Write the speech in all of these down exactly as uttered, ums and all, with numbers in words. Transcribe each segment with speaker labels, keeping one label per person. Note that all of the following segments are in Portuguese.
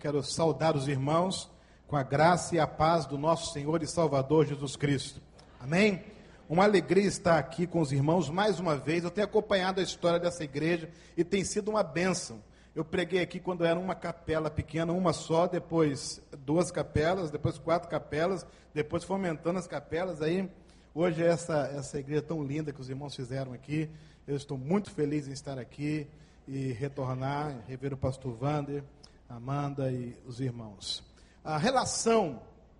Speaker 1: Quero saudar os irmãos com a graça e a paz do nosso Senhor e Salvador Jesus Cristo. Amém? Uma alegria estar aqui com os irmãos mais uma vez. Eu tenho acompanhado a história dessa igreja e tem sido uma bênção. Eu preguei aqui quando era uma capela pequena, uma só, depois duas capelas, depois quatro capelas, depois foi aumentando as capelas. Aí, hoje é essa, essa igreja tão linda que os irmãos fizeram aqui. Eu estou muito feliz em estar aqui e retornar, rever o pastor Wander, Amanda e os irmãos. A relação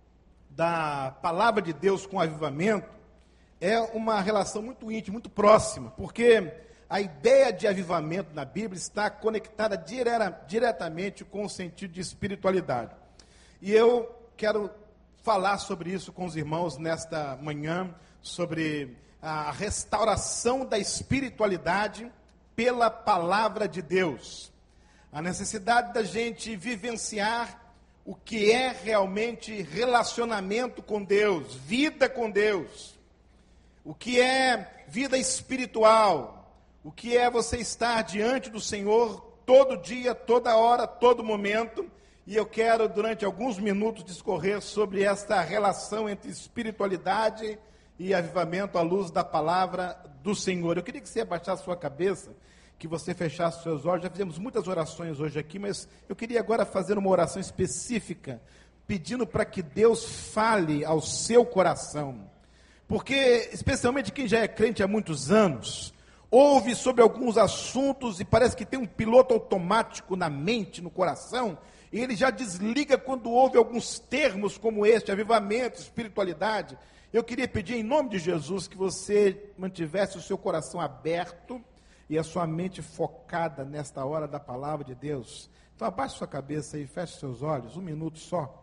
Speaker 1: da palavra de Deus com o avivamento é uma relação muito íntima, muito próxima, porque a ideia de avivamento na Bíblia está conectada direta, diretamente com o sentido de espiritualidade. E eu quero falar sobre isso com os irmãos nesta manhã, sobre a restauração da espiritualidade pela palavra de Deus. A necessidade da gente vivenciar o que é realmente relacionamento com Deus, vida com Deus, o que é vida espiritual, o que é você estar diante do Senhor todo dia, toda hora, todo momento. E eu quero, durante alguns minutos, discorrer sobre esta relação entre espiritualidade e avivamento à luz da palavra do Senhor. Eu queria que você abaixasse a sua cabeça, que você fechasse os seus olhos. Já fizemos muitas orações hoje aqui, mas eu queria agora fazer uma oração específica, pedindo para que Deus fale ao seu coração. Porque, especialmente quem já é crente há muitos anos, ouve sobre alguns assuntos e parece que tem um piloto automático na mente, no coração, e ele já desliga quando ouve alguns termos como este, avivamento, espiritualidade. Eu queria pedir em nome de Jesus que você mantivesse o seu coração aberto e a sua mente focada nesta hora da palavra de Deus. Então abaixe sua cabeça e feche seus olhos, um minuto só.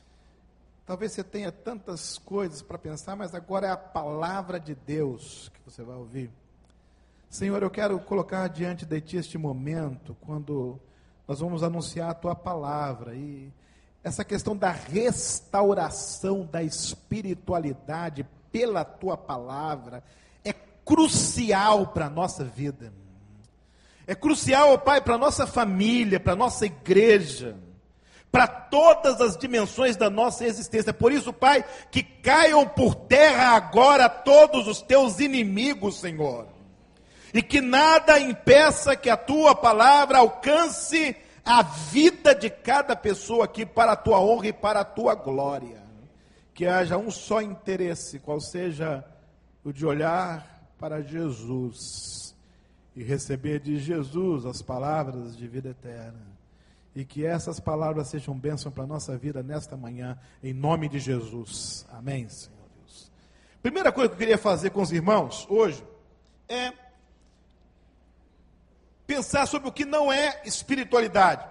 Speaker 1: Talvez você tenha tantas coisas para pensar, mas agora é a palavra de Deus que você vai ouvir. Senhor, eu quero colocar diante de Ti este momento, quando nós vamos anunciar a Tua palavra, e essa questão da restauração da espiritualidade pela Tua palavra é crucial para a nossa vida. É crucial, ó Pai, para a nossa família, para a nossa igreja, para todas as dimensões da nossa existência. Por isso, Pai, que caiam por terra agora todos os Teus inimigos, Senhor. E que nada impeça que a Tua palavra alcance a vida de cada pessoa aqui para a Tua honra e para a Tua glória. Que haja um só interesse, qual seja o de olhar para Jesus e receber de Jesus as palavras de vida eterna. E que essas palavras sejam bênção para a nossa vida nesta manhã, em nome de Jesus. Amém, Senhor Deus. Primeira coisa que eu queria fazer com os irmãos hoje é pensar sobre o que não é espiritualidade.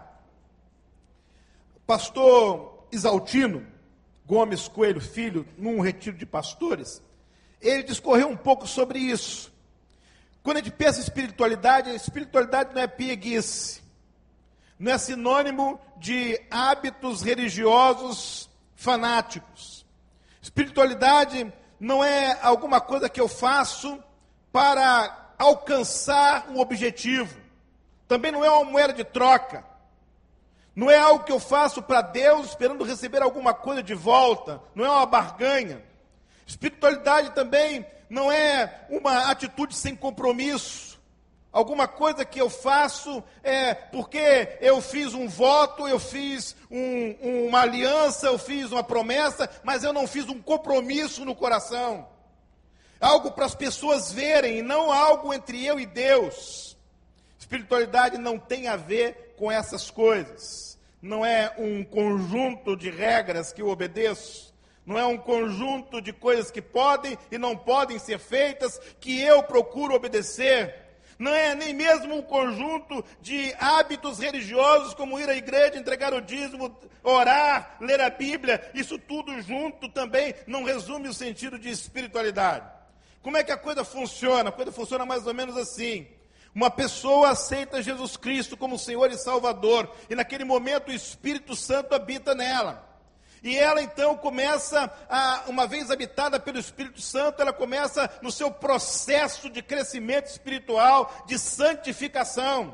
Speaker 1: Pastor Isaltino Gomes Coelho Filho, num retiro de pastores, ele discorreu um pouco sobre isso. Quando a gente pensa em espiritualidade, a espiritualidade não é pieguice, não é sinônimo de hábitos religiosos fanáticos. Espiritualidade não é alguma coisa que eu faço para alcançar um objetivo. Também não é uma moeda de troca. Não é algo que eu faço para Deus esperando receber alguma coisa de volta. Não é uma barganha. Espiritualidade também não é uma atitude sem compromisso. Alguma coisa que eu faço é porque eu fiz um voto, eu fiz um, uma aliança, eu fiz uma promessa, mas eu não fiz um compromisso no coração. Algo para as pessoas verem, e não algo entre eu e Deus. Espiritualidade não tem a ver com essas coisas. Não é um conjunto de regras que eu obedeço. Não é um conjunto de coisas que podem e não podem ser feitas que eu procuro obedecer. Não é nem mesmo um conjunto de hábitos religiosos, como ir à igreja, entregar o dízimo, orar, ler a Bíblia. Isso tudo junto também não resume o sentido de espiritualidade. Como é que a coisa funciona? A coisa funciona mais ou menos assim. Uma pessoa aceita Jesus Cristo como Senhor e Salvador, e naquele momento o Espírito Santo habita nela. E ela então começa, a, uma vez habitada pelo Espírito Santo, ela começa no seu processo de crescimento espiritual, de santificação.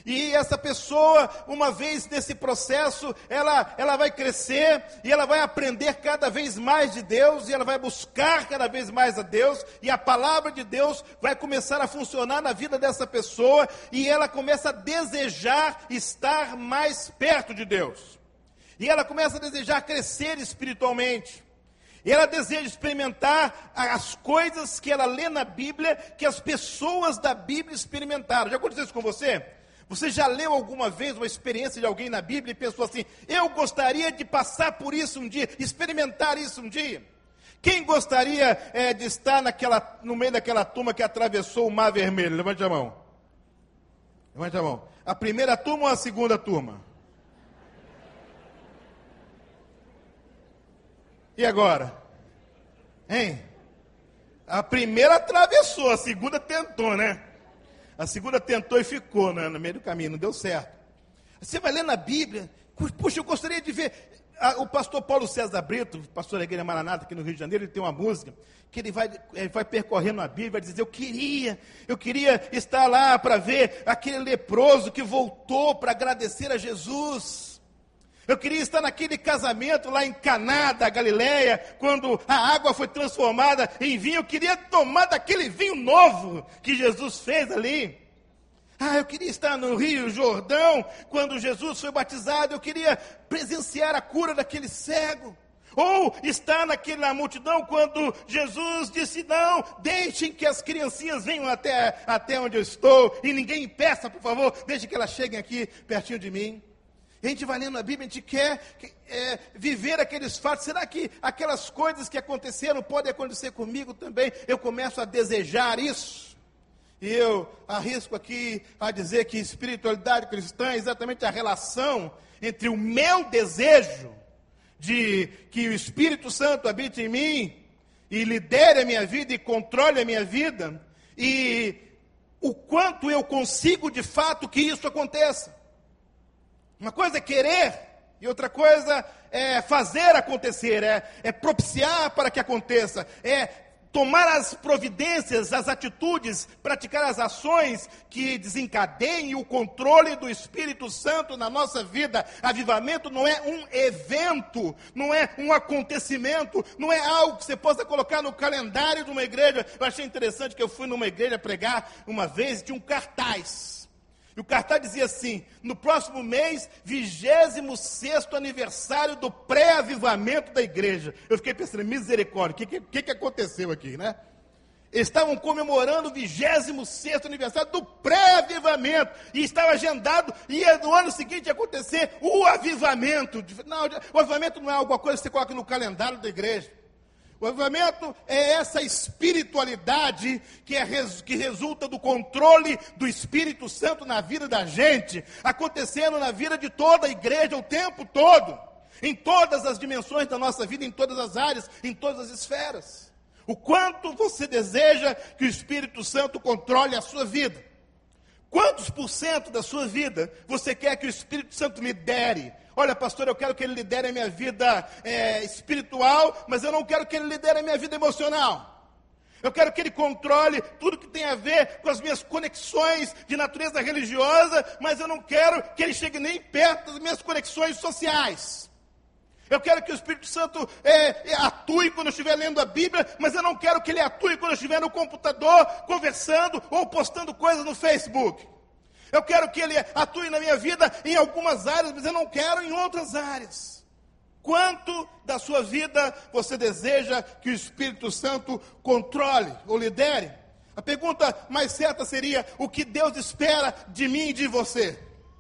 Speaker 1: E essa pessoa, uma vez nesse processo, ela, ela vai crescer e ela vai aprender cada vez mais de Deus, e ela vai buscar cada vez mais a Deus, e a palavra de Deus vai começar a funcionar na vida dessa pessoa, e ela começa a desejar estar mais perto de Deus. E ela começa a desejar crescer espiritualmente. E ela deseja experimentar as coisas que ela lê na Bíblia, que as pessoas da Bíblia experimentaram. Já aconteceu isso com você? Você já leu alguma vez uma experiência de alguém na Bíblia e pensou assim: eu gostaria de passar por isso um dia, experimentar isso um dia? Quem gostaria é, de estar naquela, no meio daquela turma que atravessou o Mar Vermelho? Levante a mão. Levante a mão. A primeira turma ou a segunda turma? E agora? Hein? A primeira atravessou, a segunda tentou, né? A segunda tentou e ficou, né, no meio do caminho, não deu certo. Você vai ler na Bíblia, puxa, eu gostaria de ver. Ah, o pastor Paulo César Brito, pastor da Igreja Maranata aqui no Rio de Janeiro, ele tem uma música que ele vai, ele vai percorrendo a Bíblia, vai dizer: eu queria, eu queria estar lá para ver aquele leproso que voltou para agradecer a Jesus. Eu queria estar naquele casamento lá em Caná da Galileia, quando a água foi transformada em vinho. Eu queria tomar daquele vinho novo que Jesus fez ali. Ah, eu queria estar no Rio Jordão, quando Jesus foi batizado. Eu queria presenciar a cura daquele cego. Ou estar naquela multidão, quando Jesus disse: não, deixem que as criancinhas venham até, até onde eu estou, e ninguém impeça, por favor, deixem que elas cheguem aqui pertinho de mim. A gente vai lendo a Bíblia, a gente quer é, viver aqueles fatos. Será que aquelas coisas que aconteceram podem acontecer comigo também? Eu começo a desejar isso. E eu arrisco aqui a dizer que espiritualidade cristã é exatamente a relação entre o meu desejo de que o Espírito Santo habite em mim e lidere a minha vida e controle a minha vida, e o quanto eu consigo de fato que isso aconteça. Uma coisa é querer, e outra coisa é fazer acontecer, é, é propiciar para que aconteça, é tomar as providências, as atitudes, praticar as ações que desencadeiem o controle do Espírito Santo na nossa vida. Avivamento não é um evento, não é um acontecimento, não é algo que você possa colocar no calendário de uma igreja. Eu achei interessante que eu fui numa igreja pregar uma vez e tinha um cartaz. E o cartaz dizia assim: no próximo mês, vigésimo sexto aniversário do pré-avivamento da igreja. Eu fiquei pensando: misericórdia, o que, que, que aconteceu aqui, né? Eles estavam comemorando o vigésimo sexto aniversário do pré-avivamento. E estava agendado, e no ano seguinte ia acontecer o avivamento. Não, o avivamento não é alguma coisa que você coloca no calendário da igreja. O avivamento é essa espiritualidade que, é, que resulta do controle do Espírito Santo na vida da gente, acontecendo na vida de toda a igreja o tempo todo, em todas as dimensões da nossa vida, em todas as áreas, em todas as esferas. O quanto você deseja que o Espírito Santo controle a sua vida? Quantos por cento da sua vida você quer que o Espírito Santo lidere? Olha, pastor, eu quero que ele lidere a minha vida é, espiritual, mas eu não quero que ele lidere a minha vida emocional. Eu quero que ele controle tudo que tem a ver com as minhas conexões de natureza religiosa, mas eu não quero que ele chegue nem perto das minhas conexões sociais. Eu quero que o Espírito Santo é, atue quando eu estiver lendo a Bíblia, mas eu não quero que ele atue quando eu estiver no computador, conversando ou postando coisas no Facebook. Eu quero que ele atue na minha vida em algumas áreas, mas eu não quero em outras áreas. Quanto da sua vida você deseja que o Espírito Santo controle ou lidere? A pergunta mais certa seria: o que Deus espera de mim e de você?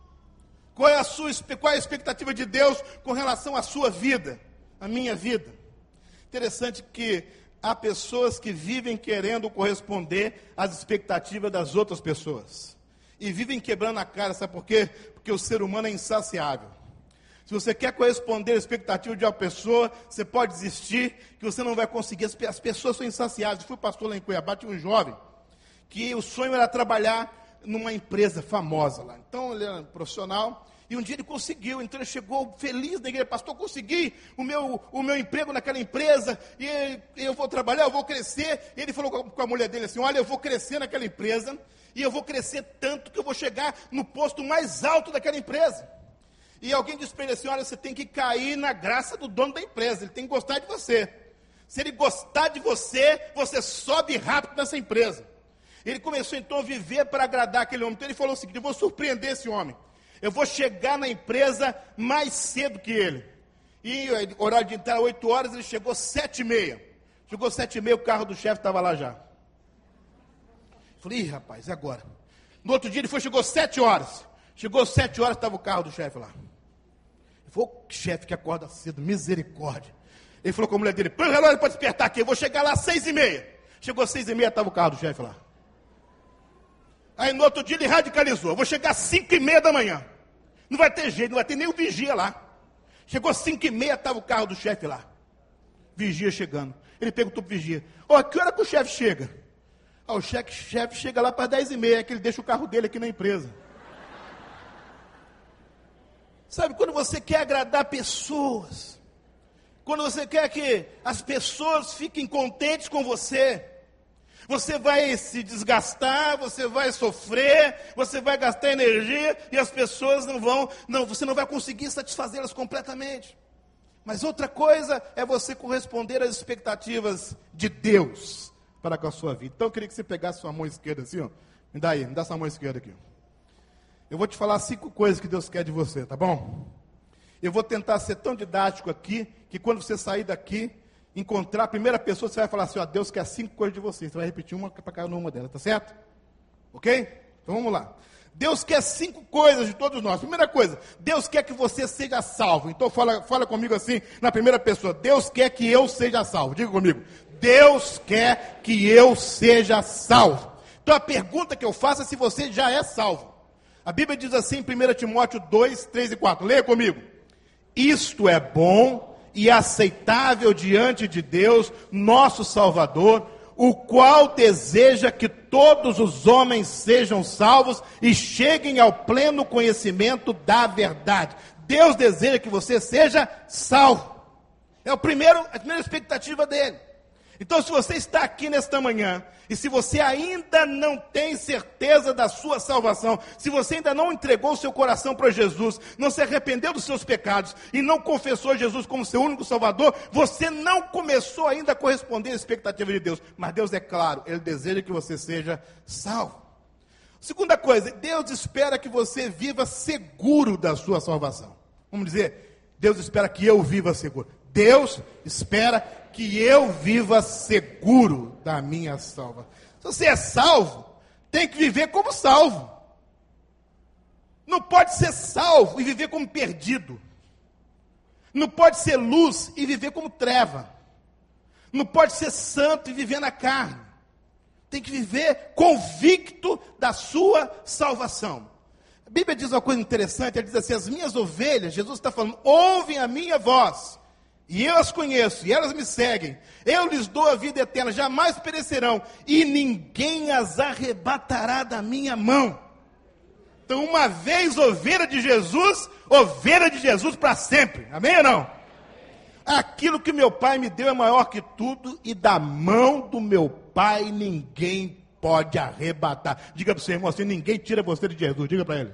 Speaker 1: Qual é a sua, qual é a expectativa de Deus com relação à sua vida, à minha vida? Interessante que há pessoas que vivem querendo corresponder às expectativas das outras pessoas. E vivem quebrando a cara, sabe por quê? Porque o ser humano é insaciável. Se você quer corresponder à expectativa de uma pessoa, você pode desistir, que você não vai conseguir. As pessoas são insaciáveis. Eu fui pastor lá em Cuiabá, tinha um jovem, que o sonho era trabalhar numa empresa famosa lá. Então ele era um profissional,
Speaker 2: E um dia ele conseguiu, então ele chegou feliz na igreja, pastor, consegui o meu, o meu emprego naquela empresa, e eu vou trabalhar, eu vou crescer. E ele falou com a mulher dele assim, olha, eu vou crescer naquela empresa, e eu vou crescer tanto que eu vou chegar no posto mais alto daquela empresa. E alguém disse para ele assim, olha, você tem que cair na graça do dono da empresa, ele tem que gostar de você. Se ele gostar de você, você sobe rápido nessa empresa. Ele começou então a viver para agradar aquele homem. Então ele falou o seguinte, eu vou surpreender esse homem. Eu vou chegar na empresa mais cedo que ele. E o horário de entrar, oito horas, ele chegou sete e meia. Chegou sete e meia, o carro do chefe estava lá já. Falei, ih, rapaz, e agora? No outro dia ele foi, chegou sete horas. Chegou sete horas, estava o carro do chefe lá. Ele falou, que chefe que acorda cedo, misericórdia. Ele falou com a mulher dele, põe o relógio para despertar aqui, eu vou chegar lá às seis e meia. Chegou às seis e meia, estava o carro do chefe lá. Aí no outro dia ele radicalizou, eu vou chegar às cinco e meia da manhã. Não vai ter jeito, não vai ter nem o vigia lá. Chegou às cinco e meia, estava o carro do chefe lá. Vigia chegando. Ele perguntou para o vigia, ó, oh, que hora que o chefe chega? Ah, o chefe, chefe chega lá para dez e meia, é que ele deixa o carro dele aqui na empresa. Sabe, quando você quer agradar pessoas, quando você quer que as pessoas fiquem contentes com você, você vai se desgastar, você vai sofrer, você vai gastar energia e as pessoas não vão, não, você não vai conseguir satisfazê-las completamente. Mas outra coisa é você corresponder às expectativas de Deus para com a sua vida. Então eu queria que você pegasse sua mão esquerda assim, ó. Me dá aí, me dá sua mão esquerda aqui. Eu vou te falar cinco coisas que Deus quer de você, tá bom? Eu vou tentar ser tão didático aqui, que quando você sair daqui, encontrar a primeira pessoa, você vai falar assim, ó, Deus quer cinco coisas de você. Você vai repetir uma para cada uma delas, tá certo? Ok? Então vamos lá. Deus quer cinco coisas de todos nós. Primeira coisa, Deus quer que você seja salvo. Então fala, fala comigo assim, na primeira pessoa, Deus quer que eu seja salvo. Diga comigo, Deus quer que eu seja salvo. Então a pergunta que eu faço é se você já é salvo. A Bíblia diz assim em primeira Timóteo dois, três e quatro. Leia comigo. Isto é bom e aceitável diante de Deus, nosso Salvador, o qual deseja que todos os homens sejam salvos e cheguem ao pleno conhecimento da verdade. Deus deseja que você seja salvo. É o primeiro, a primeira expectativa dele. Então, se você está aqui nesta manhã, e se você ainda não tem certeza da sua salvação, se você ainda não entregou o seu coração para Jesus, não se arrependeu dos seus pecados, e não confessou Jesus como seu único Salvador, você não começou ainda a corresponder à expectativa de Deus. Mas Deus é claro, Ele deseja que você seja salvo. Segunda coisa, Deus espera que você viva seguro da sua salvação. Vamos dizer, Deus espera que eu viva seguro. Deus espera que eu viva seguro da minha salvação. Se você é salvo, tem que viver como salvo. Não pode ser salvo e viver como perdido. Não pode ser luz e viver como treva. Não pode ser santo e viver na carne. Tem que viver convicto da sua salvação. A Bíblia diz uma coisa interessante, ela diz assim, as minhas ovelhas, Jesus está falando, ouvem a minha voz. E eu as conheço, e elas me seguem. Eu lhes dou a vida eterna, jamais perecerão, e ninguém as arrebatará da minha mão. Então, uma vez ovelha de Jesus, ovelha de Jesus para sempre. Amém ou não? Aquilo que meu Pai me deu é maior que tudo, e da mão do meu Pai ninguém pode arrebatar. Diga para o seu irmão assim, ninguém tira você de Jesus. Diga para ele.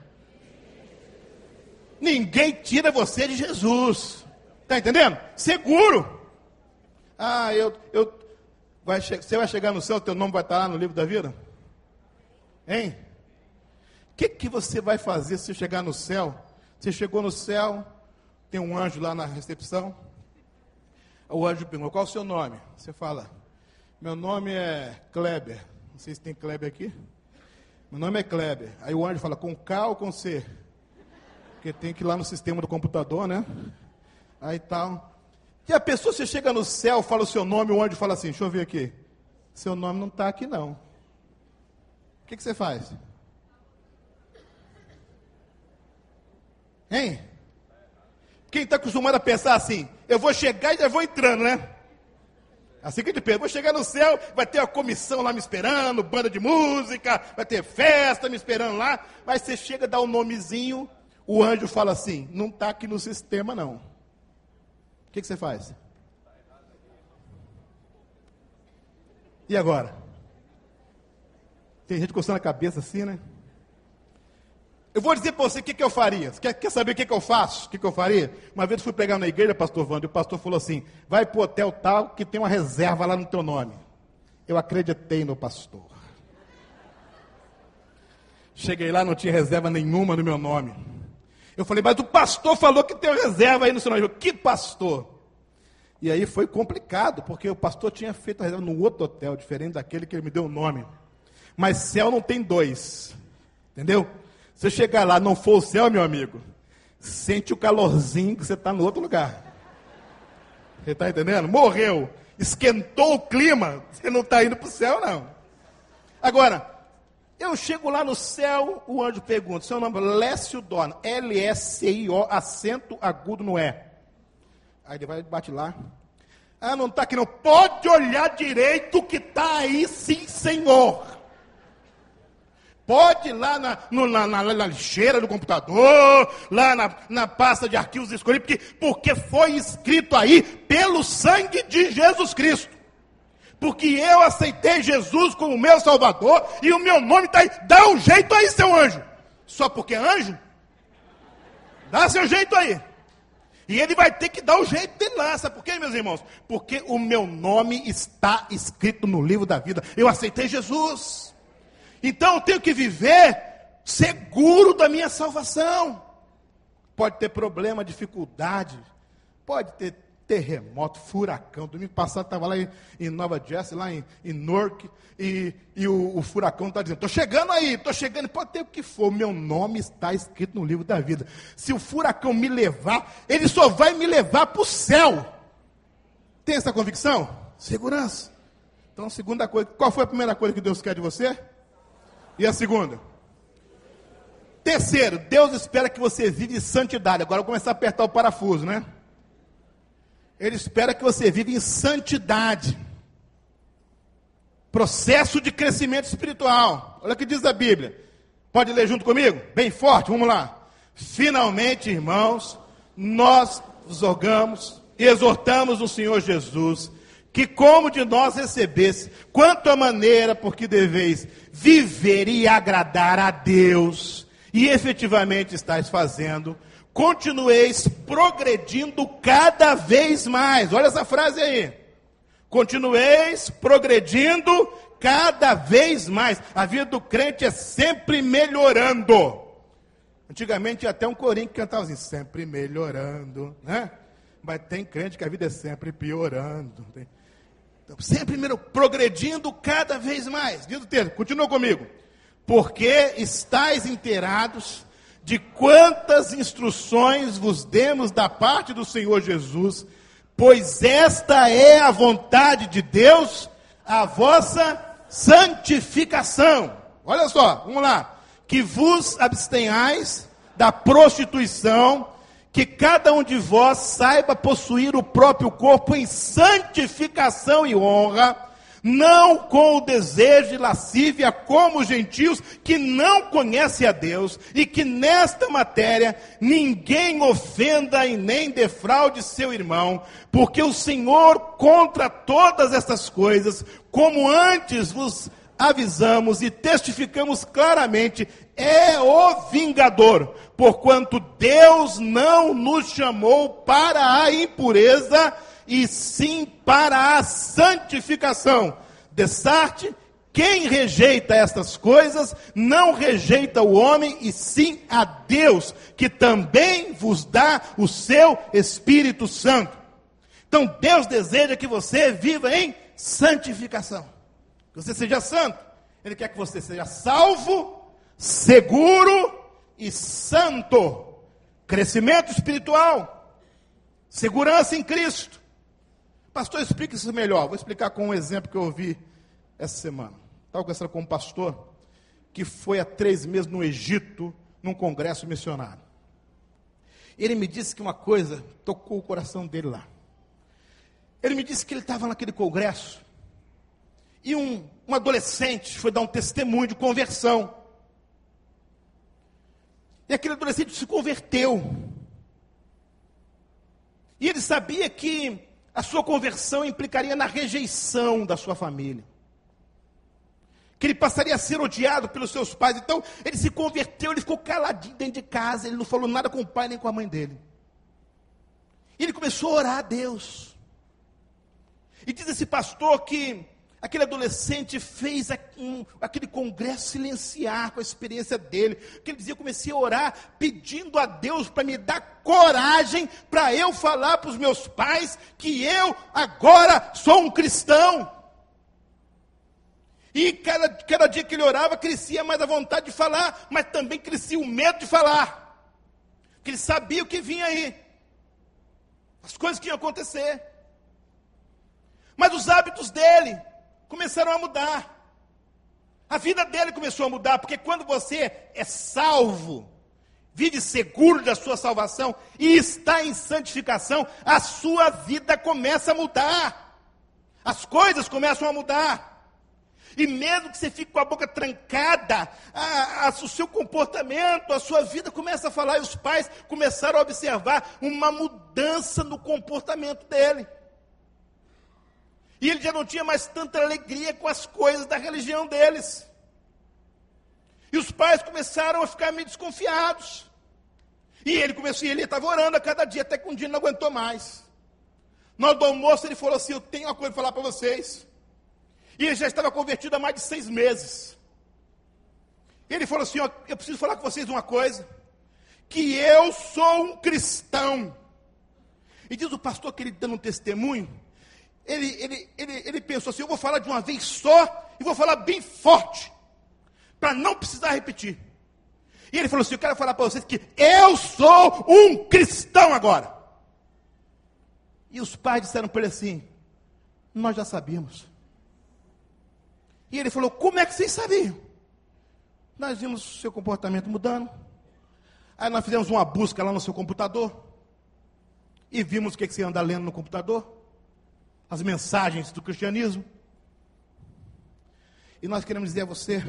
Speaker 2: Ninguém tira você de Jesus. Está entendendo? Seguro. Ah, eu, eu, vai che- você vai chegar no céu, teu nome vai estar lá no livro da vida? Hein? O que, que você vai fazer se chegar no céu? Você chegou no céu, tem um anjo lá na recepção. O anjo pergunta, qual é o seu nome? Você fala, meu nome é Kleber. Não sei se tem Kleber aqui. Meu nome é Kleber. Aí o anjo fala, com K ou com C? Porque tem que ir lá no sistema do computador, né? Aí tal. E a pessoa, você chega no céu, fala o seu nome, o anjo fala assim, deixa eu ver aqui. Seu nome não está aqui não. O que, que você faz? Hein? Quem está acostumado a pensar assim, eu vou chegar e já vou entrando, né? Assim que a gente pensa, vou chegar no céu, vai ter uma comissão lá me esperando, banda de música, vai ter festa me esperando lá, mas você chega, dá um nomezinho, o anjo fala assim, não está aqui no sistema não. O que, que você faz? E agora? Tem gente coçando a cabeça assim, né? Eu vou dizer para você o que, que eu faria. Quer, quer saber o que, que eu faço? O que, que eu faria? Uma vez eu fui pregar na igreja, pastor Wander, e o pastor falou assim, vai para o hotel tal, que tem uma reserva lá no teu nome. Eu acreditei no pastor. Cheguei lá, não tinha reserva nenhuma no meu nome. Eu falei, mas o pastor falou que tem reserva aí no seu nome. Eu, que pastor? E aí foi complicado, porque o pastor tinha feito a reserva num outro hotel, diferente daquele que ele me deu o nome. Mas céu não tem dois. Entendeu? Se você chegar lá, não for o céu, meu amigo, sente o calorzinho que você está no outro lugar. Você está entendendo? Morreu. Esquentou o clima. Você não está indo para o céu, não. Agora, eu chego lá no céu, o anjo pergunta, seu nome é Lécio Dorna, L S I O, acento agudo no E. Aí ele vai e bate lá. Ah, não está aqui não. Pode olhar direito que está aí, sim, senhor. Pode ir lá na, no, na, na, na lixeira do computador, lá na, na pasta de arquivos escolhidos, porque, porque foi escrito aí pelo sangue de Jesus Cristo. Porque eu aceitei Jesus como meu Salvador e o meu nome está aí. Dá um jeito aí, seu anjo. Só porque é anjo? Dá seu jeito aí. E ele vai ter que dar o jeito dele lá. Sabe por quê, meus irmãos? Porque o meu nome está escrito no livro da vida. Eu aceitei Jesus. Então eu tenho que viver seguro da minha salvação. Pode ter problema, dificuldade. Pode ter terremoto, furacão. Domingo passado estava lá em, em Nova Jersey, lá em, em Newark, e, e o, o furacão está dizendo, estou chegando aí, estou chegando, pode ter o que for, o meu nome está escrito no livro da vida. Se o furacão me levar, ele só vai me levar para o céu. Tem essa convicção? Segurança. Então, segunda coisa, qual foi a primeira coisa que Deus quer de você? E a segunda? Terceiro, Deus espera que você vive em santidade. Agora eu vou começar a apertar o parafuso, né? Ele espera que você viva em santidade. Processo de crescimento espiritual. Olha o que diz a Bíblia. Pode ler junto comigo? Bem forte, vamos lá. Finalmente, irmãos, nós vos rogamos e exortamos o Senhor Jesus, que como de nós recebesse, quanto à maneira por que deveis viver e agradar a Deus, e efetivamente estáis fazendo, continueis progredindo cada vez mais. Olha essa frase aí. Continueis progredindo cada vez mais. A vida do crente é sempre melhorando. Antigamente tinha até um corinho que cantava assim, sempre melhorando, né? Mas tem crente que a vida é sempre piorando. Então, sempre progredindo cada vez mais. Diz o texto, continua comigo. Porque estáis inteirados de quantas instruções vos demos da parte do Senhor Jesus, pois esta é a vontade de Deus, a vossa santificação. Olha só, vamos lá. Que vos abstenhais da prostituição, que cada um de vós saiba possuir o próprio corpo em santificação e honra, não com o desejo de lascívia como os gentios que não conhecem a Deus, e que nesta matéria ninguém ofenda e nem defraude seu irmão, porque o Senhor contra todas estas coisas, como antes vos avisamos e testificamos claramente, é o vingador, porquanto Deus não nos chamou para a impureza, e sim para a santificação. Dessarte, quem rejeita estas coisas, não rejeita o homem, e sim a Deus, que também vos dá o seu Espírito Santo. Então Deus deseja que você viva em santificação, que você seja santo. Ele quer que você seja salvo, seguro e santo. Crescimento espiritual, segurança em Cristo. Pastor, explica isso melhor. Vou explicar com um exemplo que eu ouvi essa semana. Estava conversando com um pastor que foi há três meses no Egito, num congresso missionário. Ele me disse que uma coisa tocou o coração dele lá. Ele me disse que ele estava naquele congresso e um, um adolescente foi dar um testemunho de conversão. E aquele adolescente se converteu. E ele sabia que a sua conversão implicaria na rejeição da sua família. Que ele passaria a ser odiado pelos seus pais. Então, ele se converteu, ele ficou caladinho dentro de casa, ele não falou nada com o pai nem com a mãe dele. E ele começou a orar a Deus. E diz esse pastor que aquele adolescente fez um, aquele congresso silenciar com a experiência dele. Que ele dizia, eu comecei a orar pedindo a Deus para me dar coragem para eu falar para os meus pais que eu agora sou um cristão. E cada, cada dia que ele orava, crescia mais a vontade de falar, mas também crescia o medo de falar. Porque ele sabia o que vinha aí. As coisas que iam acontecer. Mas os hábitos dele começaram a mudar. A vida dele começou a mudar, porque quando você é salvo, vive seguro da sua salvação e está em santificação, a sua vida começa a mudar. As coisas começam a mudar. E mesmo que você fique com a boca trancada, a, a, o seu comportamento, a sua vida começa a falar, e os pais começaram a observar uma mudança no comportamento dele. E ele já não tinha mais tanta alegria com as coisas da religião deles. E os pais começaram a ficar meio desconfiados. E ele começou, e ele estava orando a cada dia, até que um dia não aguentou mais. Na hora do almoço ele falou assim, eu tenho uma coisa para falar para vocês. E ele já estava convertido há mais de seis meses. Ele falou assim, ó, eu preciso falar com vocês uma coisa. Que eu sou um cristão. E diz o pastor que ele dando um testemunho. Ele, ele, ele, ele pensou assim, eu vou falar de uma vez só. E vou falar bem forte. Para não precisar repetir. E ele falou assim, eu quero falar para vocês que eu sou um cristão agora. E os pais disseram para ele assim, nós já sabíamos. E ele falou, como é que vocês sabiam? Nós vimos o seu comportamento mudando. Aí nós fizemos uma busca lá no seu computador. E vimos o que você anda lendo no computador. As mensagens do cristianismo. E nós queremos dizer a você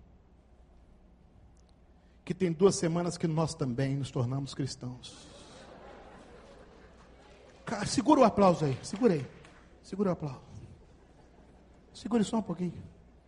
Speaker 2: que tem duas semanas que nós também nos tornamos cristãos. Cara, segura o aplauso aí, segura aí. Segura o aplauso. Segure só um pouquinho.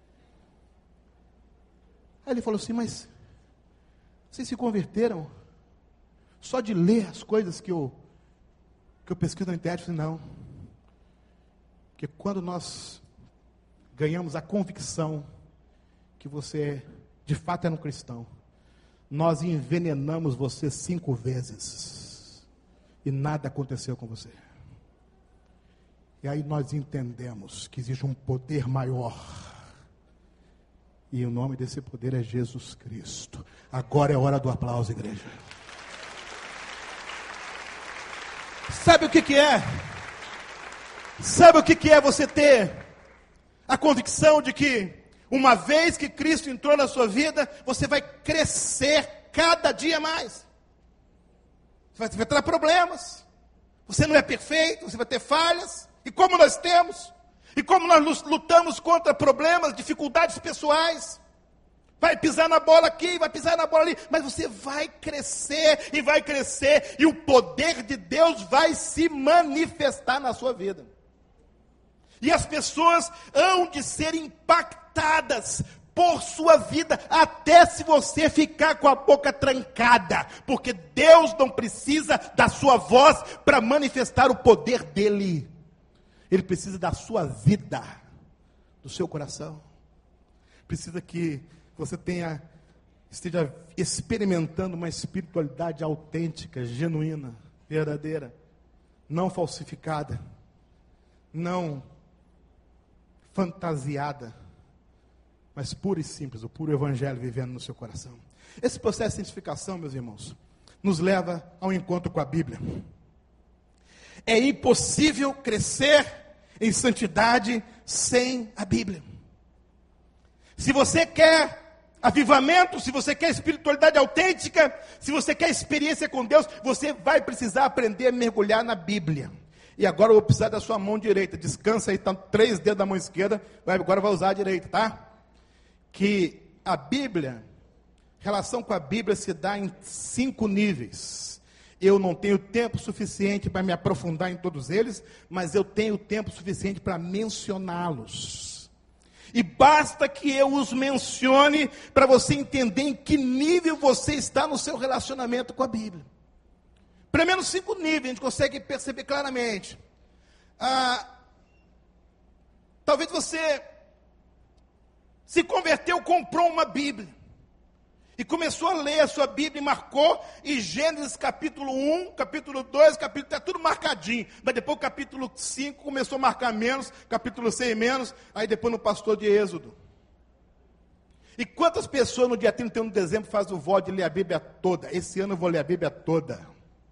Speaker 2: Aí ele falou assim, mas vocês se converteram só de ler as coisas que eu, que eu pesquiso na internet? Eu falei, não. Porque quando nós ganhamos a convicção que você de fato é um cristão, nós envenenamos você cinco vezes e nada aconteceu com você. E aí nós entendemos que existe um poder maior. E o nome desse poder é Jesus Cristo. Agora é hora do aplauso, igreja. Sabe o que que é? Sabe o que que é você ter a convicção de que uma vez que Cristo entrou na sua vida, você vai crescer cada dia mais. Você vai, vai ter problemas. Você não é perfeito, você vai ter falhas. E como nós temos, e como nós lutamos contra problemas, dificuldades pessoais, vai pisar na bola aqui, vai pisar na bola ali, mas você vai crescer, e vai crescer, e o poder de Deus vai se manifestar na sua vida. E as pessoas hão de ser impactadas por sua vida, até se você ficar com a boca trancada, porque Deus não precisa da sua voz para manifestar o poder dele. Ele precisa da sua vida, do seu coração. Precisa que você tenha, esteja experimentando uma espiritualidade autêntica, genuína, verdadeira, não falsificada, não fantasiada, mas pura e simples, o puro evangelho vivendo no seu coração. Esse processo de santificação, meus irmãos, nos leva ao encontro com a Bíblia. É impossível crescer em santidade sem a Bíblia. Se você quer avivamento, se você quer espiritualidade autêntica, se você quer experiência com Deus, você vai precisar aprender a mergulhar na Bíblia. E agora eu vou precisar da sua mão direita. Descansa aí, tá três dedos da mão esquerda, agora vai usar a direita, tá? Que a Bíblia
Speaker 1: Relação com a Bíblia se dá em cinco níveis. Eu não tenho tempo suficiente para me aprofundar em todos eles, mas eu tenho tempo suficiente para mencioná-los. E basta que eu os mencione para você entender em que nível você está no seu relacionamento com a Bíblia. Pelo menos cinco níveis, a gente consegue perceber claramente. Ah, talvez você se converteu, comprou uma Bíblia. E começou a ler a sua Bíblia e marcou, e Gênesis capítulo um, capítulo dois, capítulo três, tudo marcadinho. Mas depois o capítulo cinco começou a marcar menos, capítulo seis menos, aí depois no pastor de Êxodo. E quantas pessoas no dia trinta e um de dezembro fazem o voto de ler a Bíblia toda? Esse ano eu vou ler a Bíblia toda.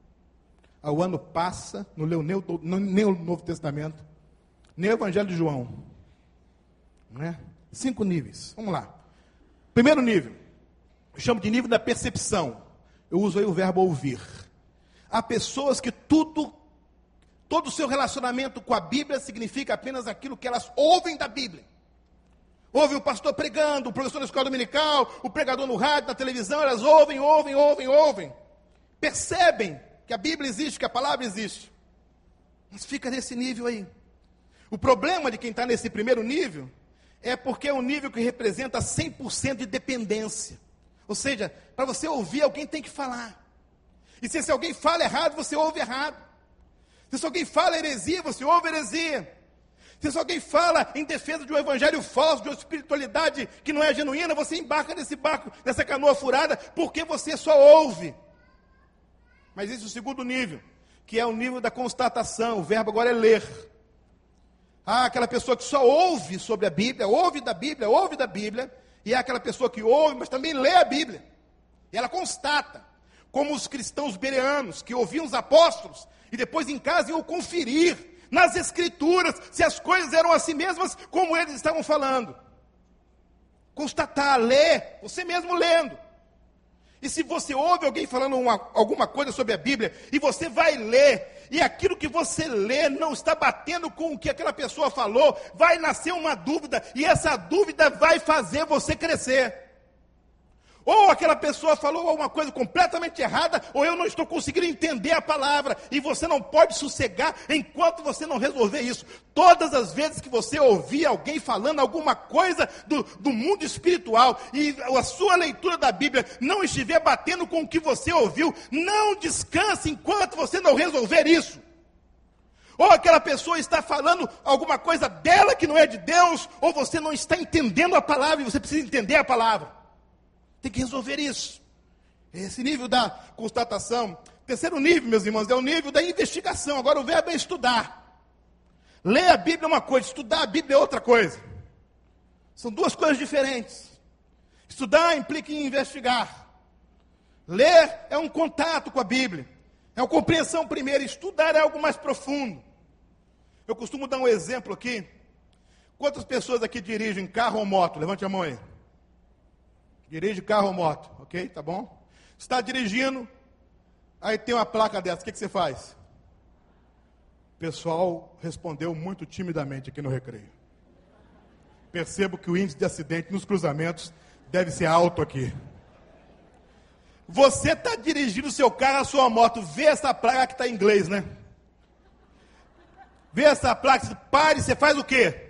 Speaker 1: O ano passa, não leu nem o, nem o Novo Testamento, nem o Evangelho de João. Não é? Cinco níveis, vamos lá. Primeiro nível. Eu chamo de nível da percepção. Eu uso aí o verbo ouvir. Há pessoas que tudo, todo o seu relacionamento com a Bíblia significa apenas aquilo que elas ouvem da Bíblia. Ouvem o pastor pregando, o professor da escola dominical, o pregador no rádio, na televisão, elas ouvem, ouvem, ouvem, ouvem. Percebem que a Bíblia existe, que a palavra existe. Mas fica nesse nível aí. O problema de quem está nesse primeiro nível é porque é um nível que representa cem por cento de dependência. Ou seja, para você ouvir, alguém tem que falar. E se, se alguém fala errado, você ouve errado. Se alguém fala heresia, você ouve heresia. Se alguém fala em defesa de um evangelho falso, de uma espiritualidade que não é genuína, você embarca nesse barco, nessa canoa furada, porque você só ouve. Mas esse é o segundo nível, que é o nível da constatação. O verbo agora é ler. Ah, aquela pessoa que só ouve sobre a Bíblia, ouve da Bíblia, ouve da Bíblia, e é aquela pessoa que ouve, mas também lê a Bíblia. E ela constata, como os cristãos bereanos, que ouviam os apóstolos, e depois em casa iam conferir nas Escrituras, se as coisas eram assim mesmas, como eles estavam falando. Constatar, ler, você mesmo lendo. E se você ouve alguém falando uma, alguma coisa sobre a Bíblia, e você vai ler, e aquilo que você lê não está batendo com o que aquela pessoa falou, vai nascer uma dúvida, e essa dúvida vai fazer você crescer. Ou aquela pessoa falou alguma coisa completamente errada, ou eu não estou conseguindo entender a palavra, e você não pode sossegar enquanto você não resolver isso. Todas as vezes que você ouvir alguém falando alguma coisa do, do mundo espiritual, e a sua leitura da Bíblia não estiver batendo com o que você ouviu, não descanse enquanto você não resolver isso. Ou aquela pessoa está falando alguma coisa dela que não é de Deus, ou você não está entendendo a palavra, e você precisa entender a palavra. Tem que resolver isso. Esse nível da constatação. Terceiro nível, meus irmãos, é o nível da investigação. Agora o verbo é estudar. Ler a Bíblia é uma coisa, estudar a Bíblia é outra coisa. São duas coisas diferentes. Estudar implica em investigar. Ler é um contato com a Bíblia. É uma compreensão primeiro. Estudar é algo mais profundo. Eu costumo dar um exemplo aqui. Quantas pessoas aqui dirigem carro ou moto? Levante a mão aí. Dirige carro ou moto, ok? Tá bom? Está dirigindo, aí tem uma placa dessa, o que, que você faz? O pessoal respondeu muito timidamente aqui no recreio. Percebo que o índice de acidente nos cruzamentos deve ser alto aqui. Você está dirigindo o seu carro, a sua moto, vê essa placa que está em inglês, né? Vê essa placa, pare, você faz o quê?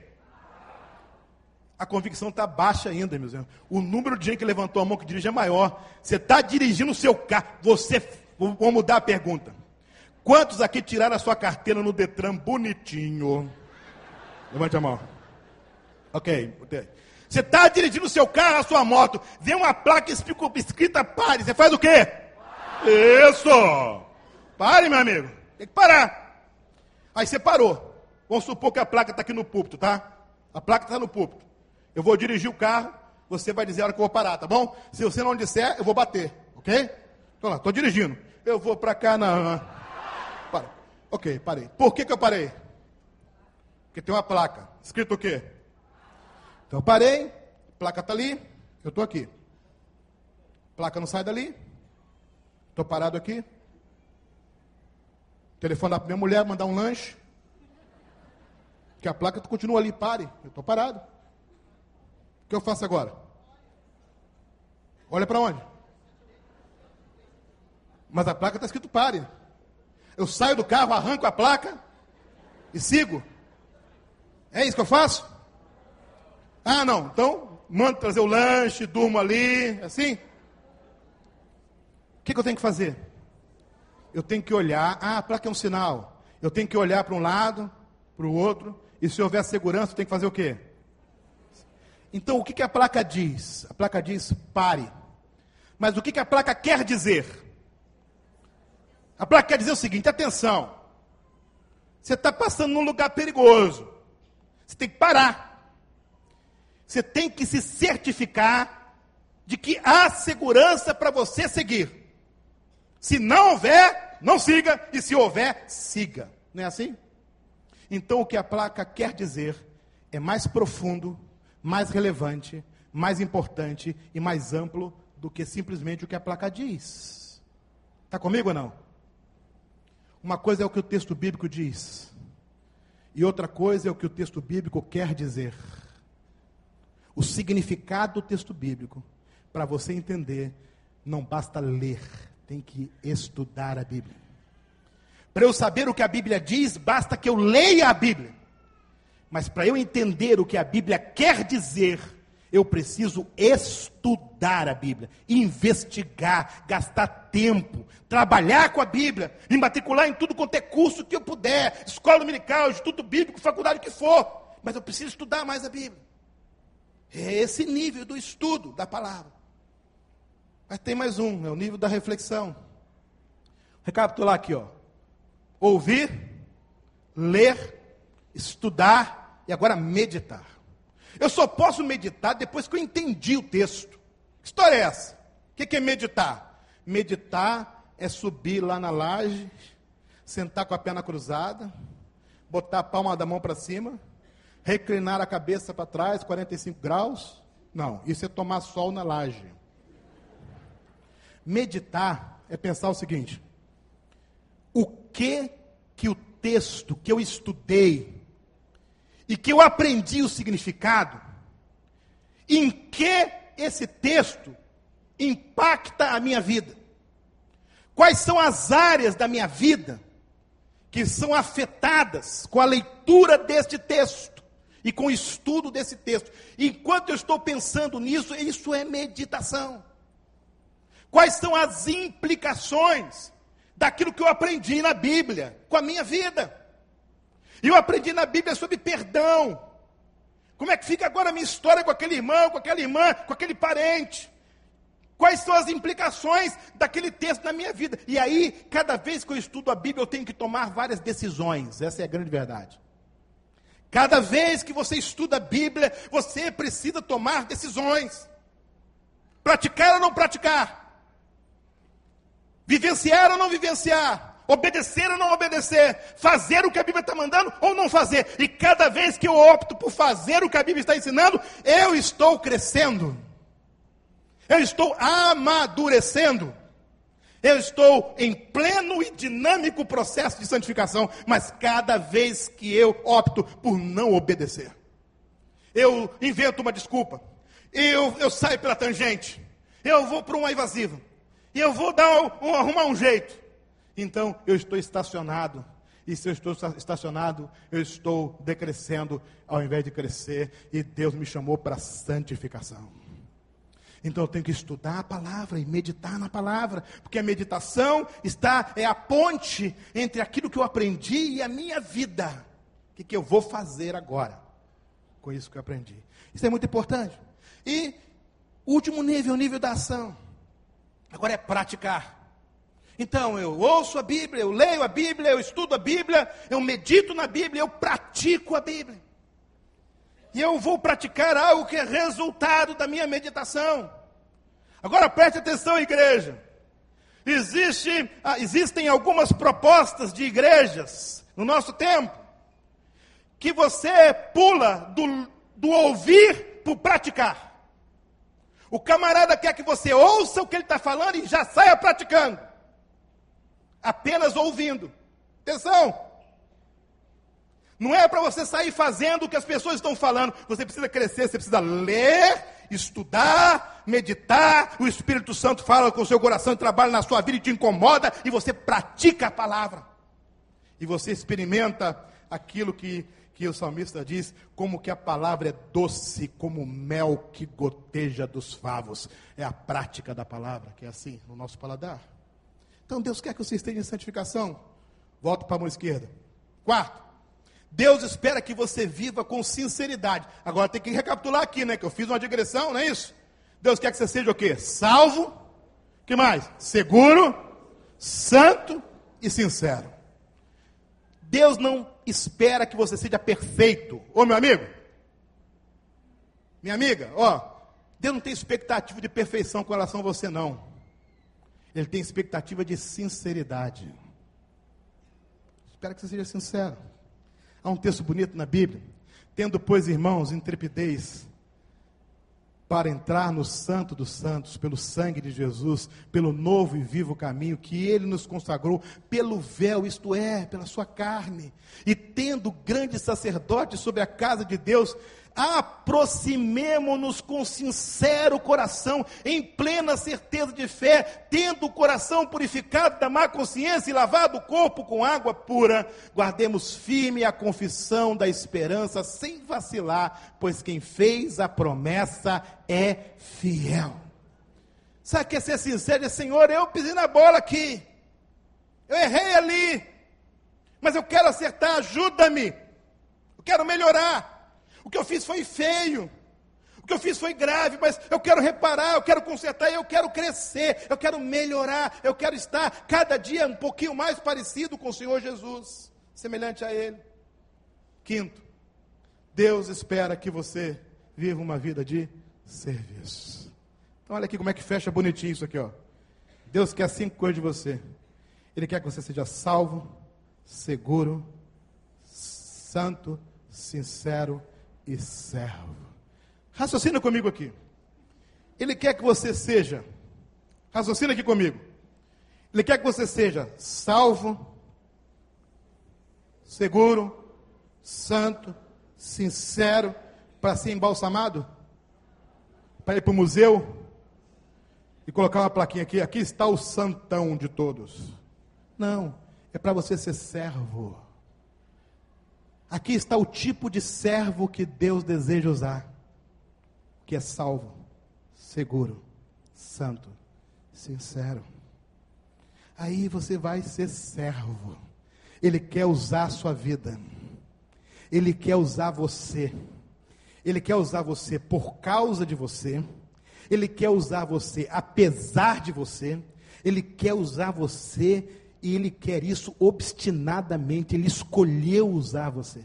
Speaker 1: A convicção está baixa ainda, meus irmãos. O número de gente que levantou a mão que dirige é maior. Você está dirigindo o seu carro. Você, vou mudar a pergunta. Quantos aqui tiraram a sua carteira no Detran bonitinho? Levante a mão. Ok. Você está dirigindo o seu carro, a sua moto. Vê uma placa escrita pare. Você faz o quê? Pare. Isso. Pare, meu amigo. Tem que parar. Aí você parou. Vamos supor que a placa está aqui no púlpito, tá? A placa está no púlpito. Eu vou dirigir o carro, você vai dizer a hora que eu vou parar, tá bom? Se você não disser, eu vou bater, ok? Estou lá, estou dirigindo. Eu vou para cá, não. Para. Ok, parei. Por que que eu parei? Porque tem uma placa. Escrito o quê? Então eu parei, a placa está ali, eu estou aqui. A placa não sai dali. Estou parado aqui. Telefone para minha mulher, mandar um lanche. Que a placa continua ali, pare. Eu estou parado. O que eu faço agora? Olha para onde? Mas a placa está escrito pare. Eu saio do carro, arranco a placa e sigo. É isso que eu faço? Ah, não. Então, mando trazer o lanche, durmo ali, assim. O que, que eu tenho que fazer? Eu tenho que olhar. Ah, a placa é um sinal. Eu tenho que olhar para um lado, para o outro. E se houver segurança, eu tenho que fazer o quê? Então, o que, que a placa diz? A placa diz pare. Mas o que, que a placa quer dizer? A placa quer dizer o seguinte: atenção. Você está passando num lugar perigoso. Você tem que parar. Você tem que se certificar de que há segurança para você seguir. Se não houver, não siga. E se houver, siga. Não é assim? Então, o que a placa quer dizer é mais profundo, mais relevante, mais importante e mais amplo do que simplesmente o que a placa diz. Está comigo ou não? Uma coisa é o que o texto bíblico diz. E outra coisa é o que o texto bíblico quer dizer. O significado do texto bíblico, para você entender, não basta ler, tem que estudar a Bíblia. Para eu saber o que a Bíblia diz, basta que eu leia a Bíblia. Mas para eu entender o que a Bíblia quer dizer, eu preciso estudar a Bíblia, investigar, gastar tempo, trabalhar com a Bíblia, me matricular em tudo quanto é curso que eu puder, escola dominical, instituto bíblico, faculdade que for. Mas eu preciso estudar mais a Bíblia. É esse nível do estudo da palavra. Mas tem mais um, é o nível da reflexão. Recapitular aqui, ó. Ouvir, ler, estudar e agora meditar. Eu só posso meditar depois que eu entendi o texto. Que história é essa? O que é meditar? Meditar é subir lá na laje, sentar com a perna cruzada, botar a palma da mão para cima, reclinar a cabeça para trás, quarenta e cinco graus. Não, isso é tomar sol na laje. Meditar é pensar o seguinte: o que que o texto que eu estudei e que eu aprendi o significado, em que esse texto impacta a minha vida? Quais são as áreas da minha vida que são afetadas com a leitura deste texto e com o estudo desse texto? Enquanto eu estou pensando nisso, isso é meditação. Quais são as implicações daquilo que eu aprendi na Bíblia com a minha vida? E eu aprendi na Bíblia sobre perdão. Como é que fica agora a minha história com aquele irmão, com aquela irmã, com aquele parente? Quais são as implicações daquele texto na minha vida? E aí, cada vez que eu estudo a Bíblia, eu tenho que tomar várias decisões. Essa é a grande verdade. Cada vez que você estuda a Bíblia, você precisa tomar decisões. Praticar ou não praticar? Vivenciar ou não vivenciar? Obedecer ou não obedecer? Fazer o que a Bíblia está mandando ou não fazer? E cada vez que eu opto por fazer o que a Bíblia está ensinando, eu estou crescendo. Eu estou amadurecendo. Eu estou em pleno e dinâmico processo de santificação. Mas cada vez que eu opto por não obedecer, eu invento uma desculpa. Eu, eu saio pela tangente. Eu vou para uma evasiva. E eu vou dar um, arrumar um jeito. Então, eu estou estacionado. E se eu estou estacionado, eu estou decrescendo ao invés de crescer. E Deus me chamou para a santificação. Então, eu tenho que estudar a palavra e meditar na palavra. Porque a meditação está, é a ponte entre aquilo que eu aprendi e a minha vida. O que, que eu vou fazer agora com isso que eu aprendi? Isso é muito importante. E o último nível, o nível da ação. Agora é praticar. Então, eu ouço a Bíblia, eu leio a Bíblia, eu estudo a Bíblia, eu medito na Bíblia, eu pratico a Bíblia. E eu vou praticar algo que é resultado da minha meditação. Agora preste atenção, igreja. Existe, existem algumas propostas de igrejas no nosso tempo que você pula do, do ouvir para o praticar. O camarada quer que você ouça o que ele está falando e já saia praticando. Apenas ouvindo. Atenção! Não é para você sair fazendo o que as pessoas estão falando. Você precisa crescer, você precisa ler
Speaker 2: estudar, meditar, o Espírito Santo fala com o seu coração e trabalha na sua vida e te incomoda, e você pratica a palavra. E você experimenta aquilo que, que o salmista diz, como que a palavra é doce como mel que goteja dos favos. É a prática da palavra, que é assim, no nosso paladar. Então Deus quer que você esteja em santificação. Volta para a mão esquerda. Quarto, Deus espera que você viva com sinceridade. Agora tem que recapitular aqui, né? Que eu fiz uma digressão, não é isso? Deus quer que você seja o quê? Salvo. Que mais? Seguro, santo e sincero. Deus não espera que você seja perfeito. Ô meu amigo, minha amiga, ó, Deus não tem expectativa de perfeição com relação a você, não. Ele tem expectativa de sinceridade. Espero que você seja sincero. Há um texto bonito na Bíblia. Tendo, pois, irmãos, intrepidez para entrar no santo dos santos, pelo sangue de Jesus, pelo novo e vivo caminho que Ele nos consagrou, pelo véu, isto é, pela sua carne, e tendo grande sacerdote sobre a casa de Deus, aproximemo-nos com sincero coração, em plena certeza de fé, tendo o coração purificado da má consciência e lavado o corpo com água pura, guardemos firme a confissão da esperança, sem vacilar, pois quem fez a promessa é fiel. Sabe o que é ser sincero? É, Senhor, eu pisei na bola aqui, eu errei ali, mas eu quero acertar, ajuda-me, eu quero melhorar. O que eu fiz foi feio, o que eu fiz foi grave, mas eu quero reparar, eu quero consertar, eu quero crescer, eu quero melhorar, eu quero estar cada dia um pouquinho mais parecido com o Senhor Jesus, semelhante a Ele. Quinto, Deus espera que você viva uma vida de serviço. Então olha aqui como é que fecha bonitinho isso aqui, ó. Deus quer cinco coisas de você. Ele quer que você seja salvo, seguro, santo, sincero e servo. Raciocina comigo aqui. Ele quer que você seja, raciocina aqui comigo. Ele quer que você seja salvo, seguro, santo, sincero, para ser embalsamado, para ir para o museu e colocar uma plaquinha aqui, aqui está o santão de todos. Não, é para você ser servo. Aqui está o tipo de servo que Deus deseja usar, que é salvo, seguro, santo, sincero. Aí você vai ser servo. Ele quer usar a sua vida. Ele quer usar você. Ele quer usar você por causa de você. Ele quer usar você apesar de você. Ele quer usar você. E Ele quer isso obstinadamente, Ele escolheu usar você.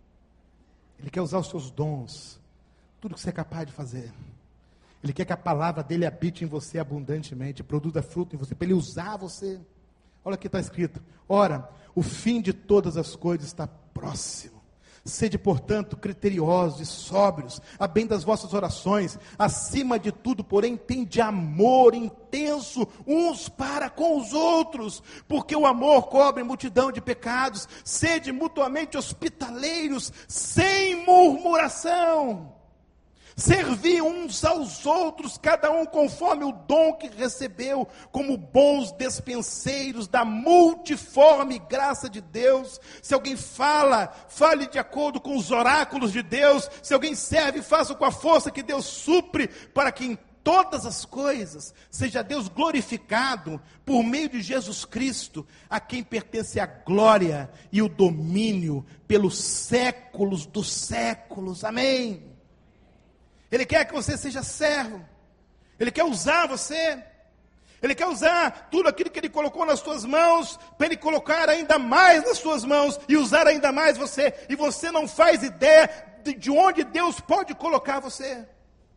Speaker 2: Ele quer usar os seus dons, tudo que você é capaz de fazer. Ele quer que a palavra dEle habite em você abundantemente, produza fruto em você, para Ele usar você. Olha o que está escrito. Ora, o fim de todas as coisas está próximo. Sede, portanto, criteriosos e sóbrios, a bem das vossas orações, acima de tudo, porém, tende amor intenso uns para com os outros, porque o amor cobre multidão de pecados. Sede mutuamente hospitaleiros, sem murmuração. Servi uns aos outros, cada um conforme o dom que recebeu, como bons despenseiros da multiforme graça de Deus. Se alguém fala, fale de acordo com os oráculos de Deus. Se alguém serve, faça com a força que Deus supre, para que em todas as coisas seja Deus glorificado por meio de Jesus Cristo, a quem pertence a glória e o domínio pelos séculos dos séculos. Amém. Ele quer que você seja servo. Ele quer usar você. Ele quer usar tudo aquilo que Ele colocou nas suas mãos, para Ele colocar ainda mais nas suas mãos, e usar ainda mais você. E você não faz ideia de, de onde Deus pode colocar você.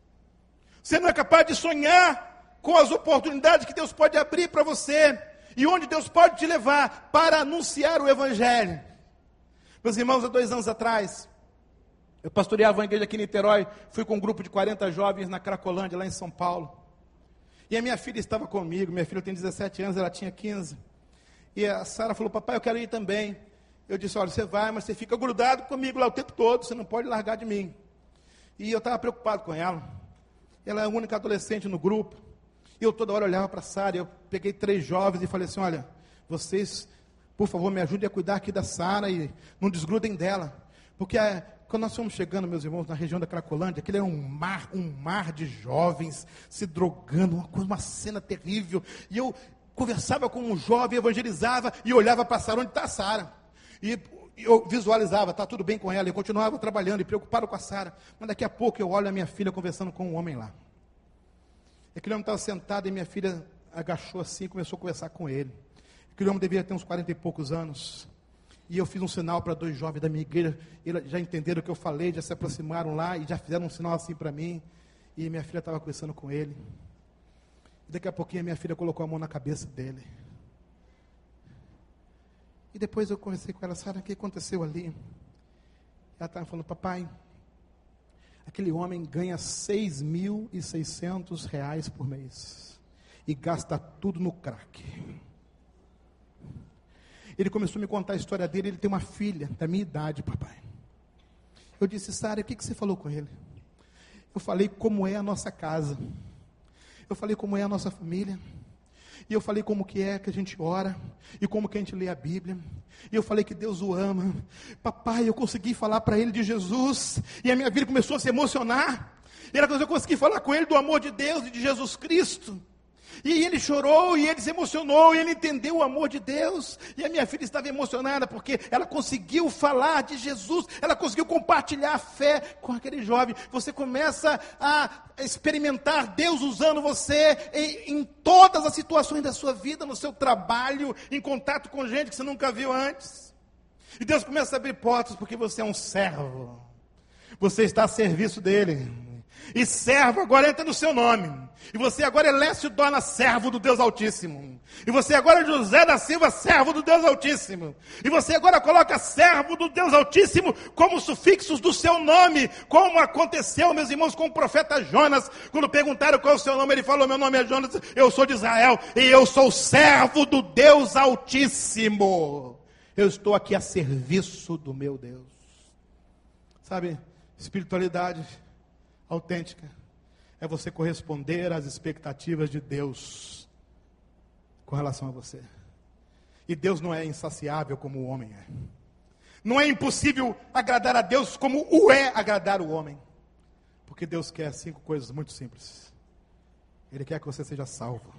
Speaker 2: Você não é capaz de sonhar com as oportunidades que Deus pode abrir para você, e onde Deus pode te levar para anunciar o Evangelho. Meus irmãos, há dois anos atrás, eu pastoreava uma igreja aqui em Niterói, fui com um grupo de quarenta jovens na Cracolândia, lá em São Paulo. E a minha filha estava comigo, minha filha tem dezessete anos, ela tinha quinze. E a Sara falou, papai, eu quero ir também. Eu disse, olha, você vai, mas você fica grudado comigo lá o tempo todo, você não pode largar de mim. E eu estava preocupado com ela.
Speaker 1: ela é a única adolescente no grupo. E eu toda hora olhava para a Sara, eu peguei três jovens e falei assim, olha, vocês, por favor, me ajudem a cuidar aqui da Sara e não desgrudem dela. Porque a, quando nós fomos chegando, meus irmãos, na região da Cracolândia, aquele era um mar, um mar de jovens se drogando, uma coisa, uma cena terrível. E eu conversava com um jovem, evangelizava e olhava para a Sara, onde está a Sara? E eu visualizava, está tudo bem com ela, e continuava trabalhando e preocupado com a Sara. Mas daqui a pouco eu olho a minha filha conversando com um homem lá. Aquele homem estava sentado e minha filha agachou assim e começou a conversar com ele. Aquele homem devia ter uns quarenta e poucos anos. E eu fiz um sinal para dois jovens da minha igreja, eles já entenderam o que eu falei, já se aproximaram lá e já fizeram um sinal assim para mim. E minha filha estava conversando com ele. E daqui a pouquinho a minha filha colocou a mão na cabeça dele. E depois eu conversei com ela, Sara, o que aconteceu ali? Ela estava falando, papai, aquele homem ganha seis mil e seiscentos reais por mês e gasta tudo no crack. Ele começou a me contar a história dele, ele tem uma filha da minha idade, papai. Eu disse, Sara, o que, que você falou com ele? Eu falei como é a nossa casa. Eu falei como é a nossa família. E eu falei como que é que a gente ora, e como que a gente lê a Bíblia, e eu falei que Deus o ama. Papai, eu consegui falar para ele de Jesus, e a minha vida começou a se emocionar, e eu consegui falar com ele do amor de Deus e de Jesus Cristo, e ele chorou, e ele se emocionou, e ele entendeu o amor de Deus, e a minha filha estava emocionada, porque ela conseguiu falar de Jesus, ela conseguiu compartilhar a fé com aquele jovem. Você começa a experimentar Deus usando você em, em todas as situações da sua vida, no seu trabalho, em contato com gente que você nunca viu antes, e Deus começa a abrir portas, porque você é um servo, você está a serviço dele. E servo agora entra no seu nome. E você agora é Lécio Dona, servo do Deus Altíssimo. E você agora é José da Silva, servo do Deus Altíssimo. E você agora coloca servo do Deus Altíssimo como sufixos do seu nome. Como aconteceu, meus irmãos, com o profeta Jonas. Quando perguntaram qual é o seu nome, ele falou, meu nome é Jonas, eu sou de Israel. E eu sou servo do Deus Altíssimo. Eu estou aqui a serviço do meu Deus. Sabe, espiritualidade autêntica é você corresponder às expectativas de Deus com relação a você. E Deus não é insaciável como o homem é. Não é impossível agradar a Deus como o é agradar o homem. Porque Deus quer cinco coisas muito simples. Ele quer que você seja salvo.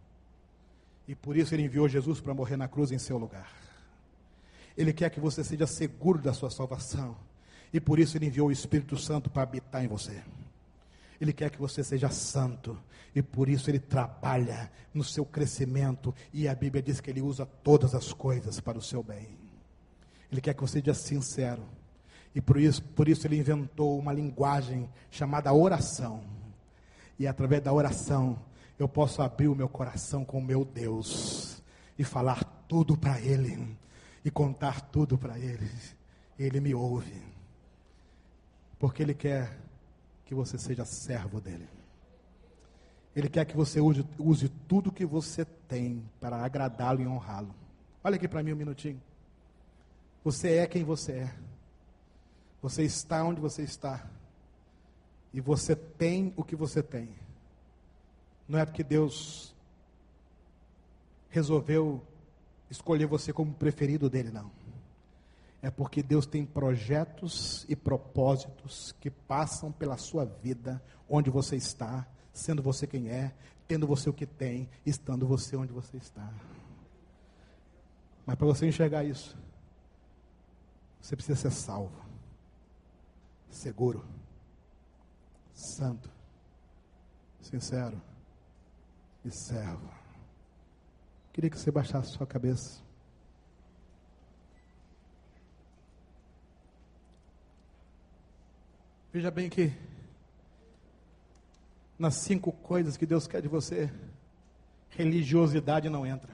Speaker 1: E por isso Ele enviou Jesus para morrer na cruz em seu lugar. Ele quer que você seja seguro da sua salvação. E por isso Ele enviou o Espírito Santo para habitar em você. Ele quer que você seja santo, e por isso Ele trabalha no seu crescimento, e a Bíblia diz que Ele usa todas as coisas para o seu bem. Ele quer que você seja sincero, e por isso, por isso Ele inventou uma linguagem chamada oração, e através da oração, eu posso abrir o meu coração com o meu Deus, e falar tudo para Ele, e contar tudo para Ele. Ele me ouve, porque Ele quer que você seja servo dele. Ele quer que você use, use tudo que você tem para agradá-lo e honrá-lo. Olha aqui para mim um minutinho. Você é quem você é. Você está onde você está. E você tem o que você tem. Não é porque Deus resolveu escolher você como preferido dele, não. É porque Deus tem projetos e propósitos que passam pela sua vida, onde você está, sendo você quem é, tendo você o que tem, estando você onde você está. Mas para você enxergar isso, você precisa ser salvo, seguro, santo, sincero e servo. Queria que você baixasse sua cabeça. Veja bem que nas cinco coisas que Deus quer de você, religiosidade não entra,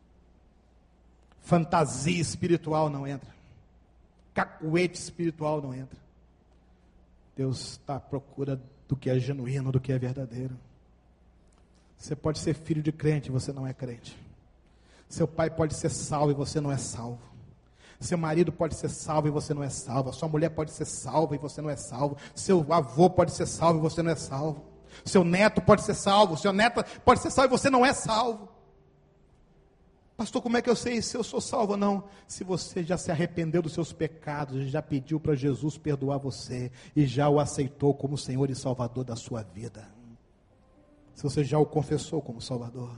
Speaker 1: fantasia espiritual não entra, cacuete espiritual não entra. Deus está à procura do que é genuíno, do que é verdadeiro. Você pode ser filho de crente e você não é crente. Seu pai pode ser salvo e você não é salvo. Seu marido pode ser salvo e você não é salvo. Sua mulher pode ser salva e você não é salvo. Seu avô pode ser salvo e você não é salvo. Seu neto pode ser salvo, seu neto pode ser salvo e você não é salvo. Pastor, como é que eu sei se eu sou salvo ou não? Se você já se arrependeu dos seus pecados, já pediu para Jesus perdoar você e já o aceitou como Senhor e Salvador da sua vida. Se você já o confessou como Salvador.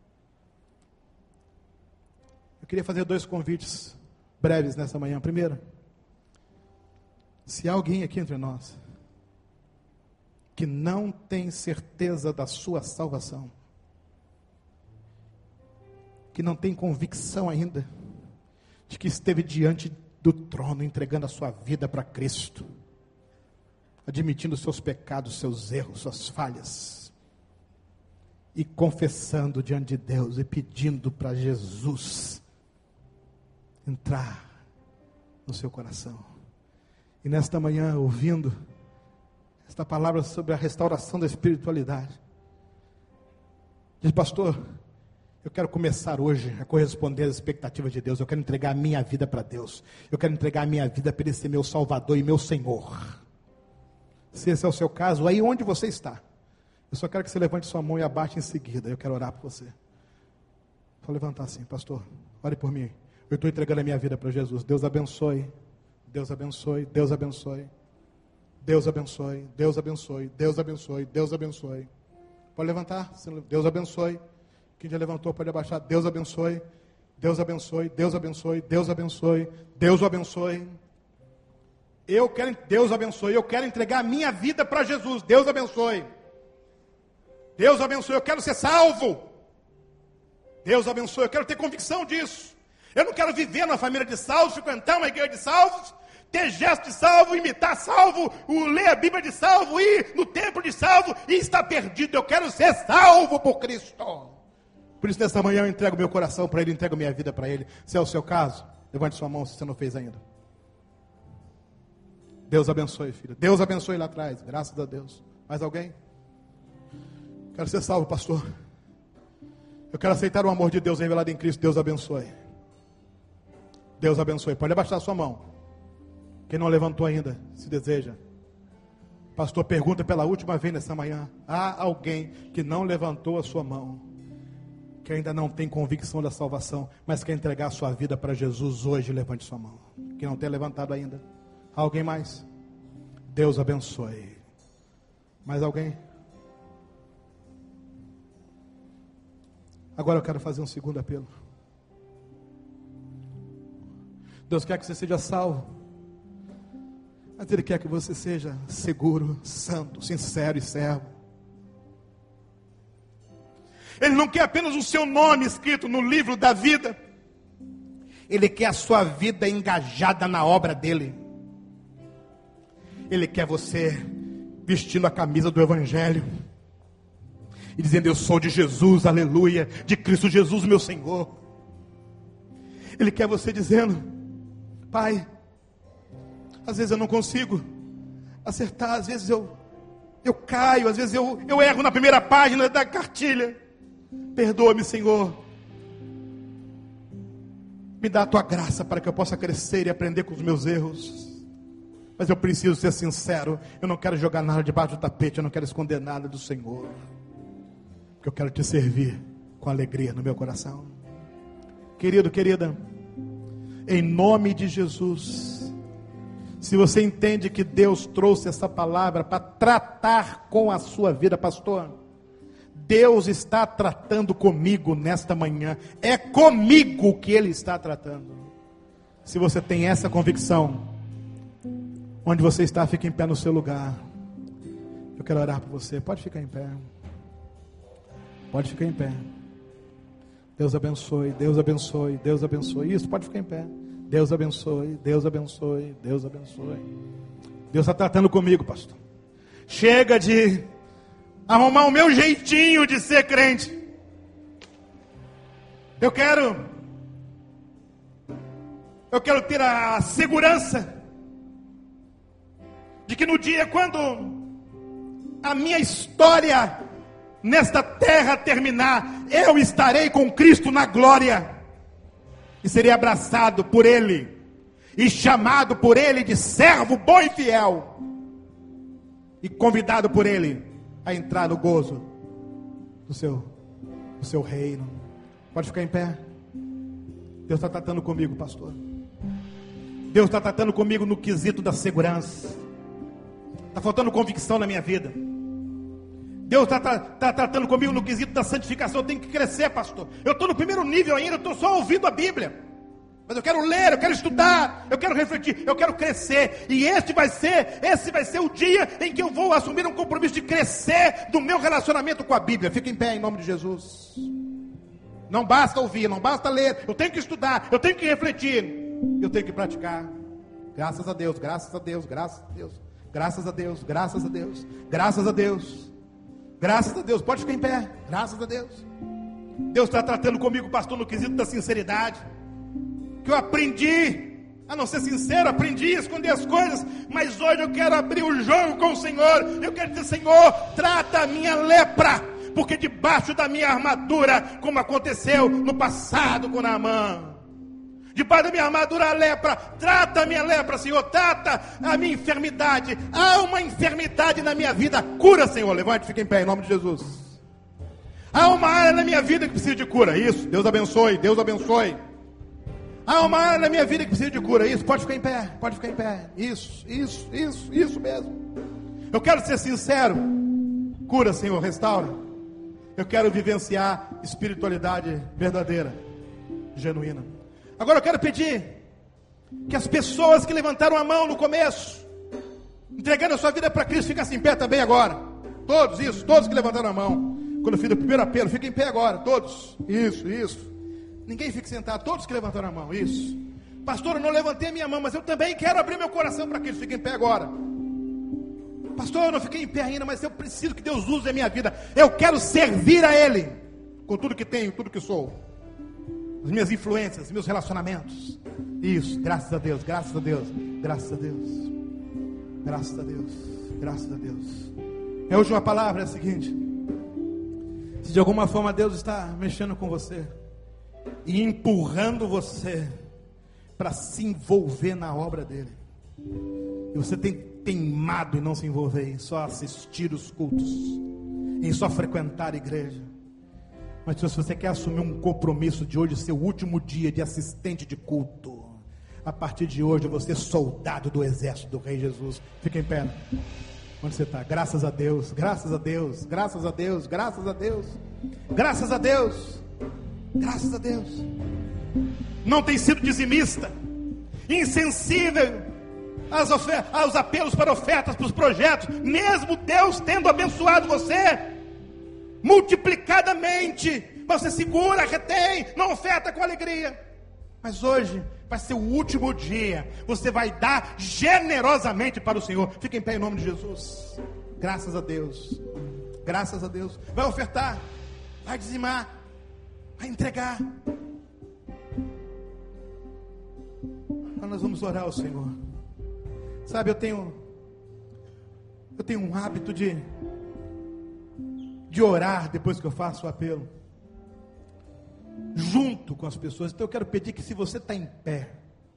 Speaker 1: Eu queria fazer dois convites breves nessa manhã. Primeiro, se há alguém aqui entre nós que não tem certeza da sua salvação, que não tem convicção ainda de que esteve diante do trono, entregando a sua vida para Cristo, admitindo seus pecados, seus erros, suas falhas, e confessando diante de Deus e pedindo para Jesus entrar no seu coração. E nesta manhã, ouvindo esta palavra sobre a restauração da espiritualidade, diz: pastor, eu quero começar hoje a corresponder às expectativas de Deus. Eu quero entregar a minha vida para Deus. Eu quero entregar a minha vida para Ele ser meu Salvador e meu Senhor. Se esse é o seu caso, aí onde você está, eu só quero que você levante sua mão e abaixe em seguida. Eu quero orar por você. Vou levantar assim: pastor, ore por mim. Eu estou entregando a minha vida para Jesus. Deus abençoe. Deus abençoe. Deus abençoe. Deus abençoe. Deus abençoe. Deus abençoe. Deus abençoe. Pode levantar. Deus abençoe. Quem já levantou pode abaixar. Deus abençoe. Deus abençoe. Deus abençoe. Deus abençoe. Deus abençoe. Eu quero, Deus abençoe. Eu quero entregar a minha vida para Jesus. Deus abençoe. Deus abençoe. Eu quero ser salvo. Deus abençoe. Eu quero ter convicção disso. Eu não quero viver numa família de salvos, frequentar uma igreja de salvos, ter gesto de salvo, imitar salvo, ler a Bíblia de salvo, ir no templo de salvo e estar perdido. Eu quero ser salvo por Cristo. Por isso, nesta manhã, eu entrego meu coração para Ele, entrego minha vida para Ele. Se é o seu caso, levante sua mão se você não fez ainda. Deus abençoe, filho. Deus abençoe lá atrás, graças a Deus. Mais alguém? Quero ser salvo, pastor. Eu quero aceitar o amor de Deus revelado em Cristo. Deus abençoe. Deus abençoe. Pode abaixar sua mão. Quem não levantou ainda, se deseja. Pastor, pergunta pela última vez nessa manhã. Há alguém que não levantou a sua mão, que ainda não tem convicção da salvação, mas quer entregar a sua vida para Jesus hoje? Levante sua mão. Quem não tem levantado ainda. Há alguém mais? Deus abençoe. Mais alguém? Agora eu quero fazer um segundo apelo. Deus quer que você seja salvo, mas Ele quer que você seja seguro, santo, sincero e servo. Ele não quer apenas o seu nome escrito no livro da vida. Ele quer a sua vida engajada na obra dEle. Ele quer você vestindo a camisa do Evangelho e dizendo: eu sou de Jesus, aleluia, de Cristo Jesus, meu Senhor. Ele quer você dizendo: Pai, às vezes eu não consigo acertar, às vezes eu, eu caio, às vezes eu, eu erro na primeira página da cartilha. Perdoa-me, Senhor. Me dá a tua graça para que eu possa crescer e aprender com os meus erros. Mas eu preciso ser sincero. Eu não quero jogar nada debaixo do tapete. Eu não quero esconder nada do Senhor. Porque eu quero te servir com alegria no meu coração. Querido, querida, em nome de Jesus, se você entende que Deus trouxe essa palavra para tratar com a sua vida, pastor, Deus está tratando comigo nesta manhã. É comigo que Ele está tratando. Se você tem essa convicção, onde você está, fique em pé no seu lugar. Eu quero orar por você. Pode ficar em pé. Pode ficar em pé. Deus abençoe, Deus abençoe, Deus abençoe. Isso, pode ficar em pé. Deus abençoe, Deus abençoe, Deus abençoe. Deus está tratando comigo, pastor. Chega de arrumar o meu jeitinho de ser crente. Eu quero, eu quero ter a segurança de que no dia quando a minha história nesta terra terminar, eu estarei com Cristo na glória, e serei abraçado por Ele, e chamado por Ele de servo bom e fiel, e convidado por Ele a entrar no gozo do seu, do seu reino. Pode ficar em pé. Deus está tratando comigo, pastor. Deus está tratando comigo no quesito da segurança. Está faltando convicção na minha vida. Deus está tá, tá tratando comigo no quesito da santificação. Eu tenho que crescer, pastor. Eu estou no primeiro nível ainda, eu estou só ouvindo a Bíblia. Mas eu quero ler, eu quero estudar, eu quero refletir, eu quero crescer. E este vai ser, esse vai ser o dia em que eu vou assumir um compromisso de crescer do meu relacionamento com a Bíblia. Fica em pé em nome de Jesus. Não basta ouvir, não basta ler. Eu tenho que estudar, eu tenho que refletir, eu tenho que praticar. Graças a Deus, graças a Deus, graças a Deus, graças a Deus, graças a Deus, graças a Deus, graças a Deus. Pode ficar em pé, graças a Deus. Deus está tratando comigo, pastor, no quesito da sinceridade. Que eu aprendi a não ser sincero, aprendi a esconder as coisas, mas hoje eu quero abrir o jogo com o Senhor. Eu quero dizer: Senhor, trata a minha lepra, porque debaixo da minha armadura, como aconteceu no passado com Naamã, debaixo da minha armadura a lepra, trata a minha lepra, Senhor, trata a minha enfermidade. Há uma enfermidade na minha vida, cura, Senhor. Levante, fique em pé em nome de Jesus. Há uma área na minha vida que precisa de cura. Isso, Deus abençoe, Deus abençoe. Há uma área na minha vida que precisa de cura. Isso, pode ficar em pé, pode ficar em pé. Isso, isso, isso, isso mesmo. Eu quero ser sincero. Cura, Senhor, restaura. Eu quero vivenciar espiritualidade verdadeira, genuína. Agora eu quero pedir que as pessoas que levantaram a mão no começo, entregando a sua vida para Cristo, fiquem em pé também agora. Todos, isso, todos que levantaram a mão. Quando eu fiz o primeiro apelo, fiquem em pé agora, todos. Isso, isso. Ninguém fique sentado, todos que levantaram a mão, isso. Pastor, eu não levantei a minha mão, mas eu também quero abrir meu coração para Cristo. Fique em pé agora. Pastor, eu não fiquei em pé ainda, mas eu preciso que Deus use a minha vida. Eu quero servir a Ele, com tudo que tenho, tudo que sou. As minhas influências, meus relacionamentos. Isso, graças a Deus, graças a Deus, graças a Deus. Graças a Deus, graças a Deus. A última palavra é a seguinte: se de alguma forma Deus está mexendo com você e empurrando você para se envolver na obra dele, e você tem teimado em não se envolver, em só assistir os cultos, em só frequentar a igreja, mas se você quer assumir um compromisso de hoje ser o último dia de assistente de culto, a partir de hoje você é soldado do exército do Rei Jesus. Fica em pé onde você está. Graças a Deus, graças a Deus, graças a Deus, graças a Deus, graças a Deus, graças a Deus. Não tem sido dizimista, insensível aos, aos apelos para ofertas, para os projetos, mesmo Deus tendo abençoado você multiplicadamente, você segura, retém, não oferta com alegria. Mas hoje vai ser o último dia, você vai dar generosamente para o Senhor. Fica em pé em nome de Jesus. Graças a Deus, graças a Deus. Vai ofertar, vai dizimar, vai entregar. Agora nós vamos orar ao Senhor. Sabe, eu tenho Eu tenho um hábito de De orar depois que eu faço o apelo, junto com as pessoas. Então eu quero pedir que, se você está em pé,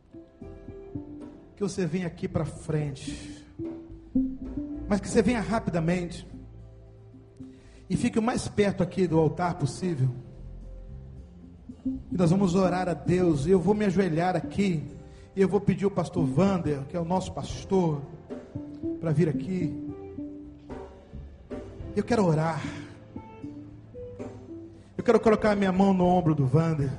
Speaker 1: que você venha aqui para frente, mas que você venha rapidamente e fique o mais perto aqui do altar possível. E nós vamos orar a Deus. E eu vou me ajoelhar aqui, e eu vou pedir o pastor Wander, que é o nosso pastor, para vir aqui. Eu quero orar. Eu quero colocar a minha mão no ombro do Wander.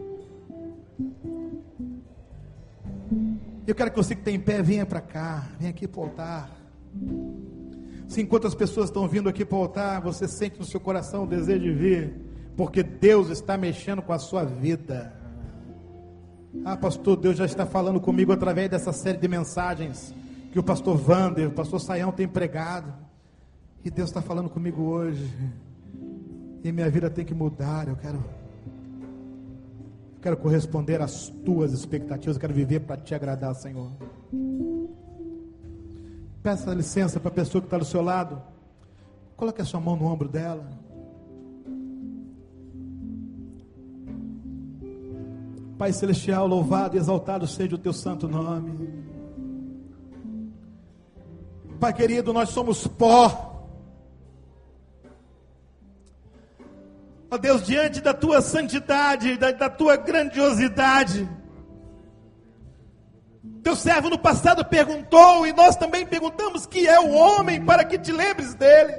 Speaker 1: Eu quero que você que está em pé venha para cá, venha aqui para o altar. Se enquanto as pessoas estão vindo aqui para o altar, você sente no seu coração o desejo de vir, porque Deus está mexendo com a sua vida. Ah, pastor, Deus já está falando comigo através dessa série de mensagens que o pastor Wander, o pastor Saião tem pregado. E Deus está falando comigo hoje. E minha vida tem que mudar. Eu quero eu quero corresponder às tuas expectativas. Eu quero viver para te agradar, Senhor. Peça licença para a pessoa que está do seu lado. Coloque a sua mão no ombro dela. Pai celestial, louvado e exaltado seja o teu santo nome. Pai querido, nós somos pó.
Speaker 2: Ó Deus, diante da tua santidade, da, da tua grandiosidade, teu servo no passado perguntou, e nós também perguntamos, que é o homem para que te lembres dele?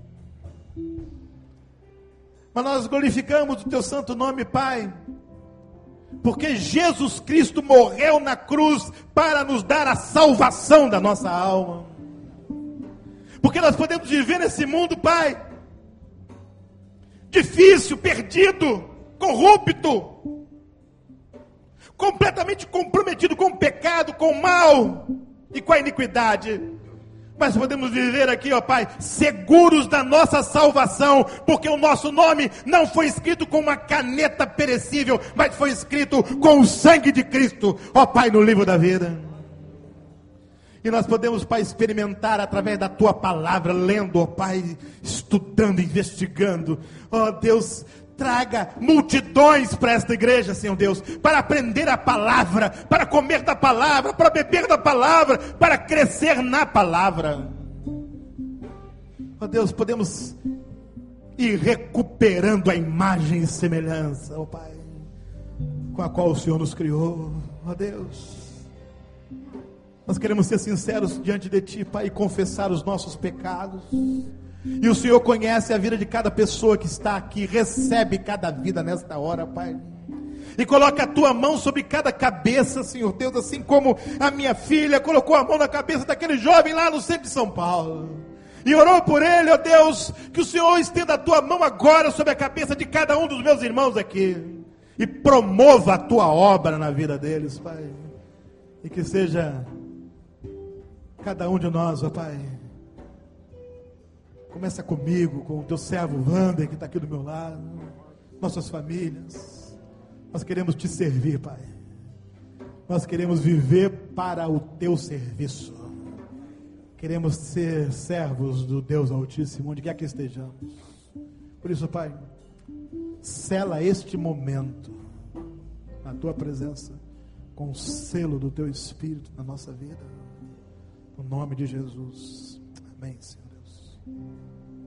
Speaker 2: Mas nós glorificamos o teu santo nome, Pai, porque Jesus Cristo morreu na cruz para nos dar a salvação da nossa alma. Porque nós podemos viver nesse mundo, Pai, difícil, perdido, corrupto, completamente comprometido com o pecado, com o mal e com a iniquidade. Mas podemos viver aqui, ó Pai, seguros da nossa salvação, porque o nosso nome não foi escrito com uma caneta perecível, mas foi escrito com o sangue de Cristo, ó Pai, no livro da vida. E nós podemos, Pai, experimentar através da Tua palavra, lendo, ó Pai, estudando, investigando. Ó Deus, traga multidões para esta igreja, Senhor Deus, para aprender a palavra, para comer da palavra, para beber da palavra, para crescer na palavra. Ó Deus, podemos ir recuperando a imagem e semelhança, ó Pai, com a qual o Senhor nos criou. Ó Deus, nós queremos ser sinceros diante de Ti, Pai, e confessar os nossos pecados. E o Senhor conhece a vida de cada pessoa que está aqui, recebe cada vida nesta hora, Pai. E coloca a Tua mão sobre cada cabeça, Senhor Deus, assim como a minha filha colocou a mão na cabeça daquele jovem lá no centro de São Paulo. E orou por ele, ó Deus, que o Senhor estenda a Tua mão agora sobre a cabeça de cada um dos meus irmãos aqui. E promova a Tua obra na vida deles, Pai. E que seja cada um de nós, ó Pai. Começa comigo, com o teu servo Wander, que está aqui do meu lado, nossas famílias. Nós queremos te servir, Pai. Nós queremos viver para o teu serviço. Queremos ser servos do Deus Altíssimo, onde quer que estejamos. Por isso, Pai, sela este momento na tua presença, com o selo do teu Espírito na nossa vida. No nome de Jesus. Amém, Senhor Deus.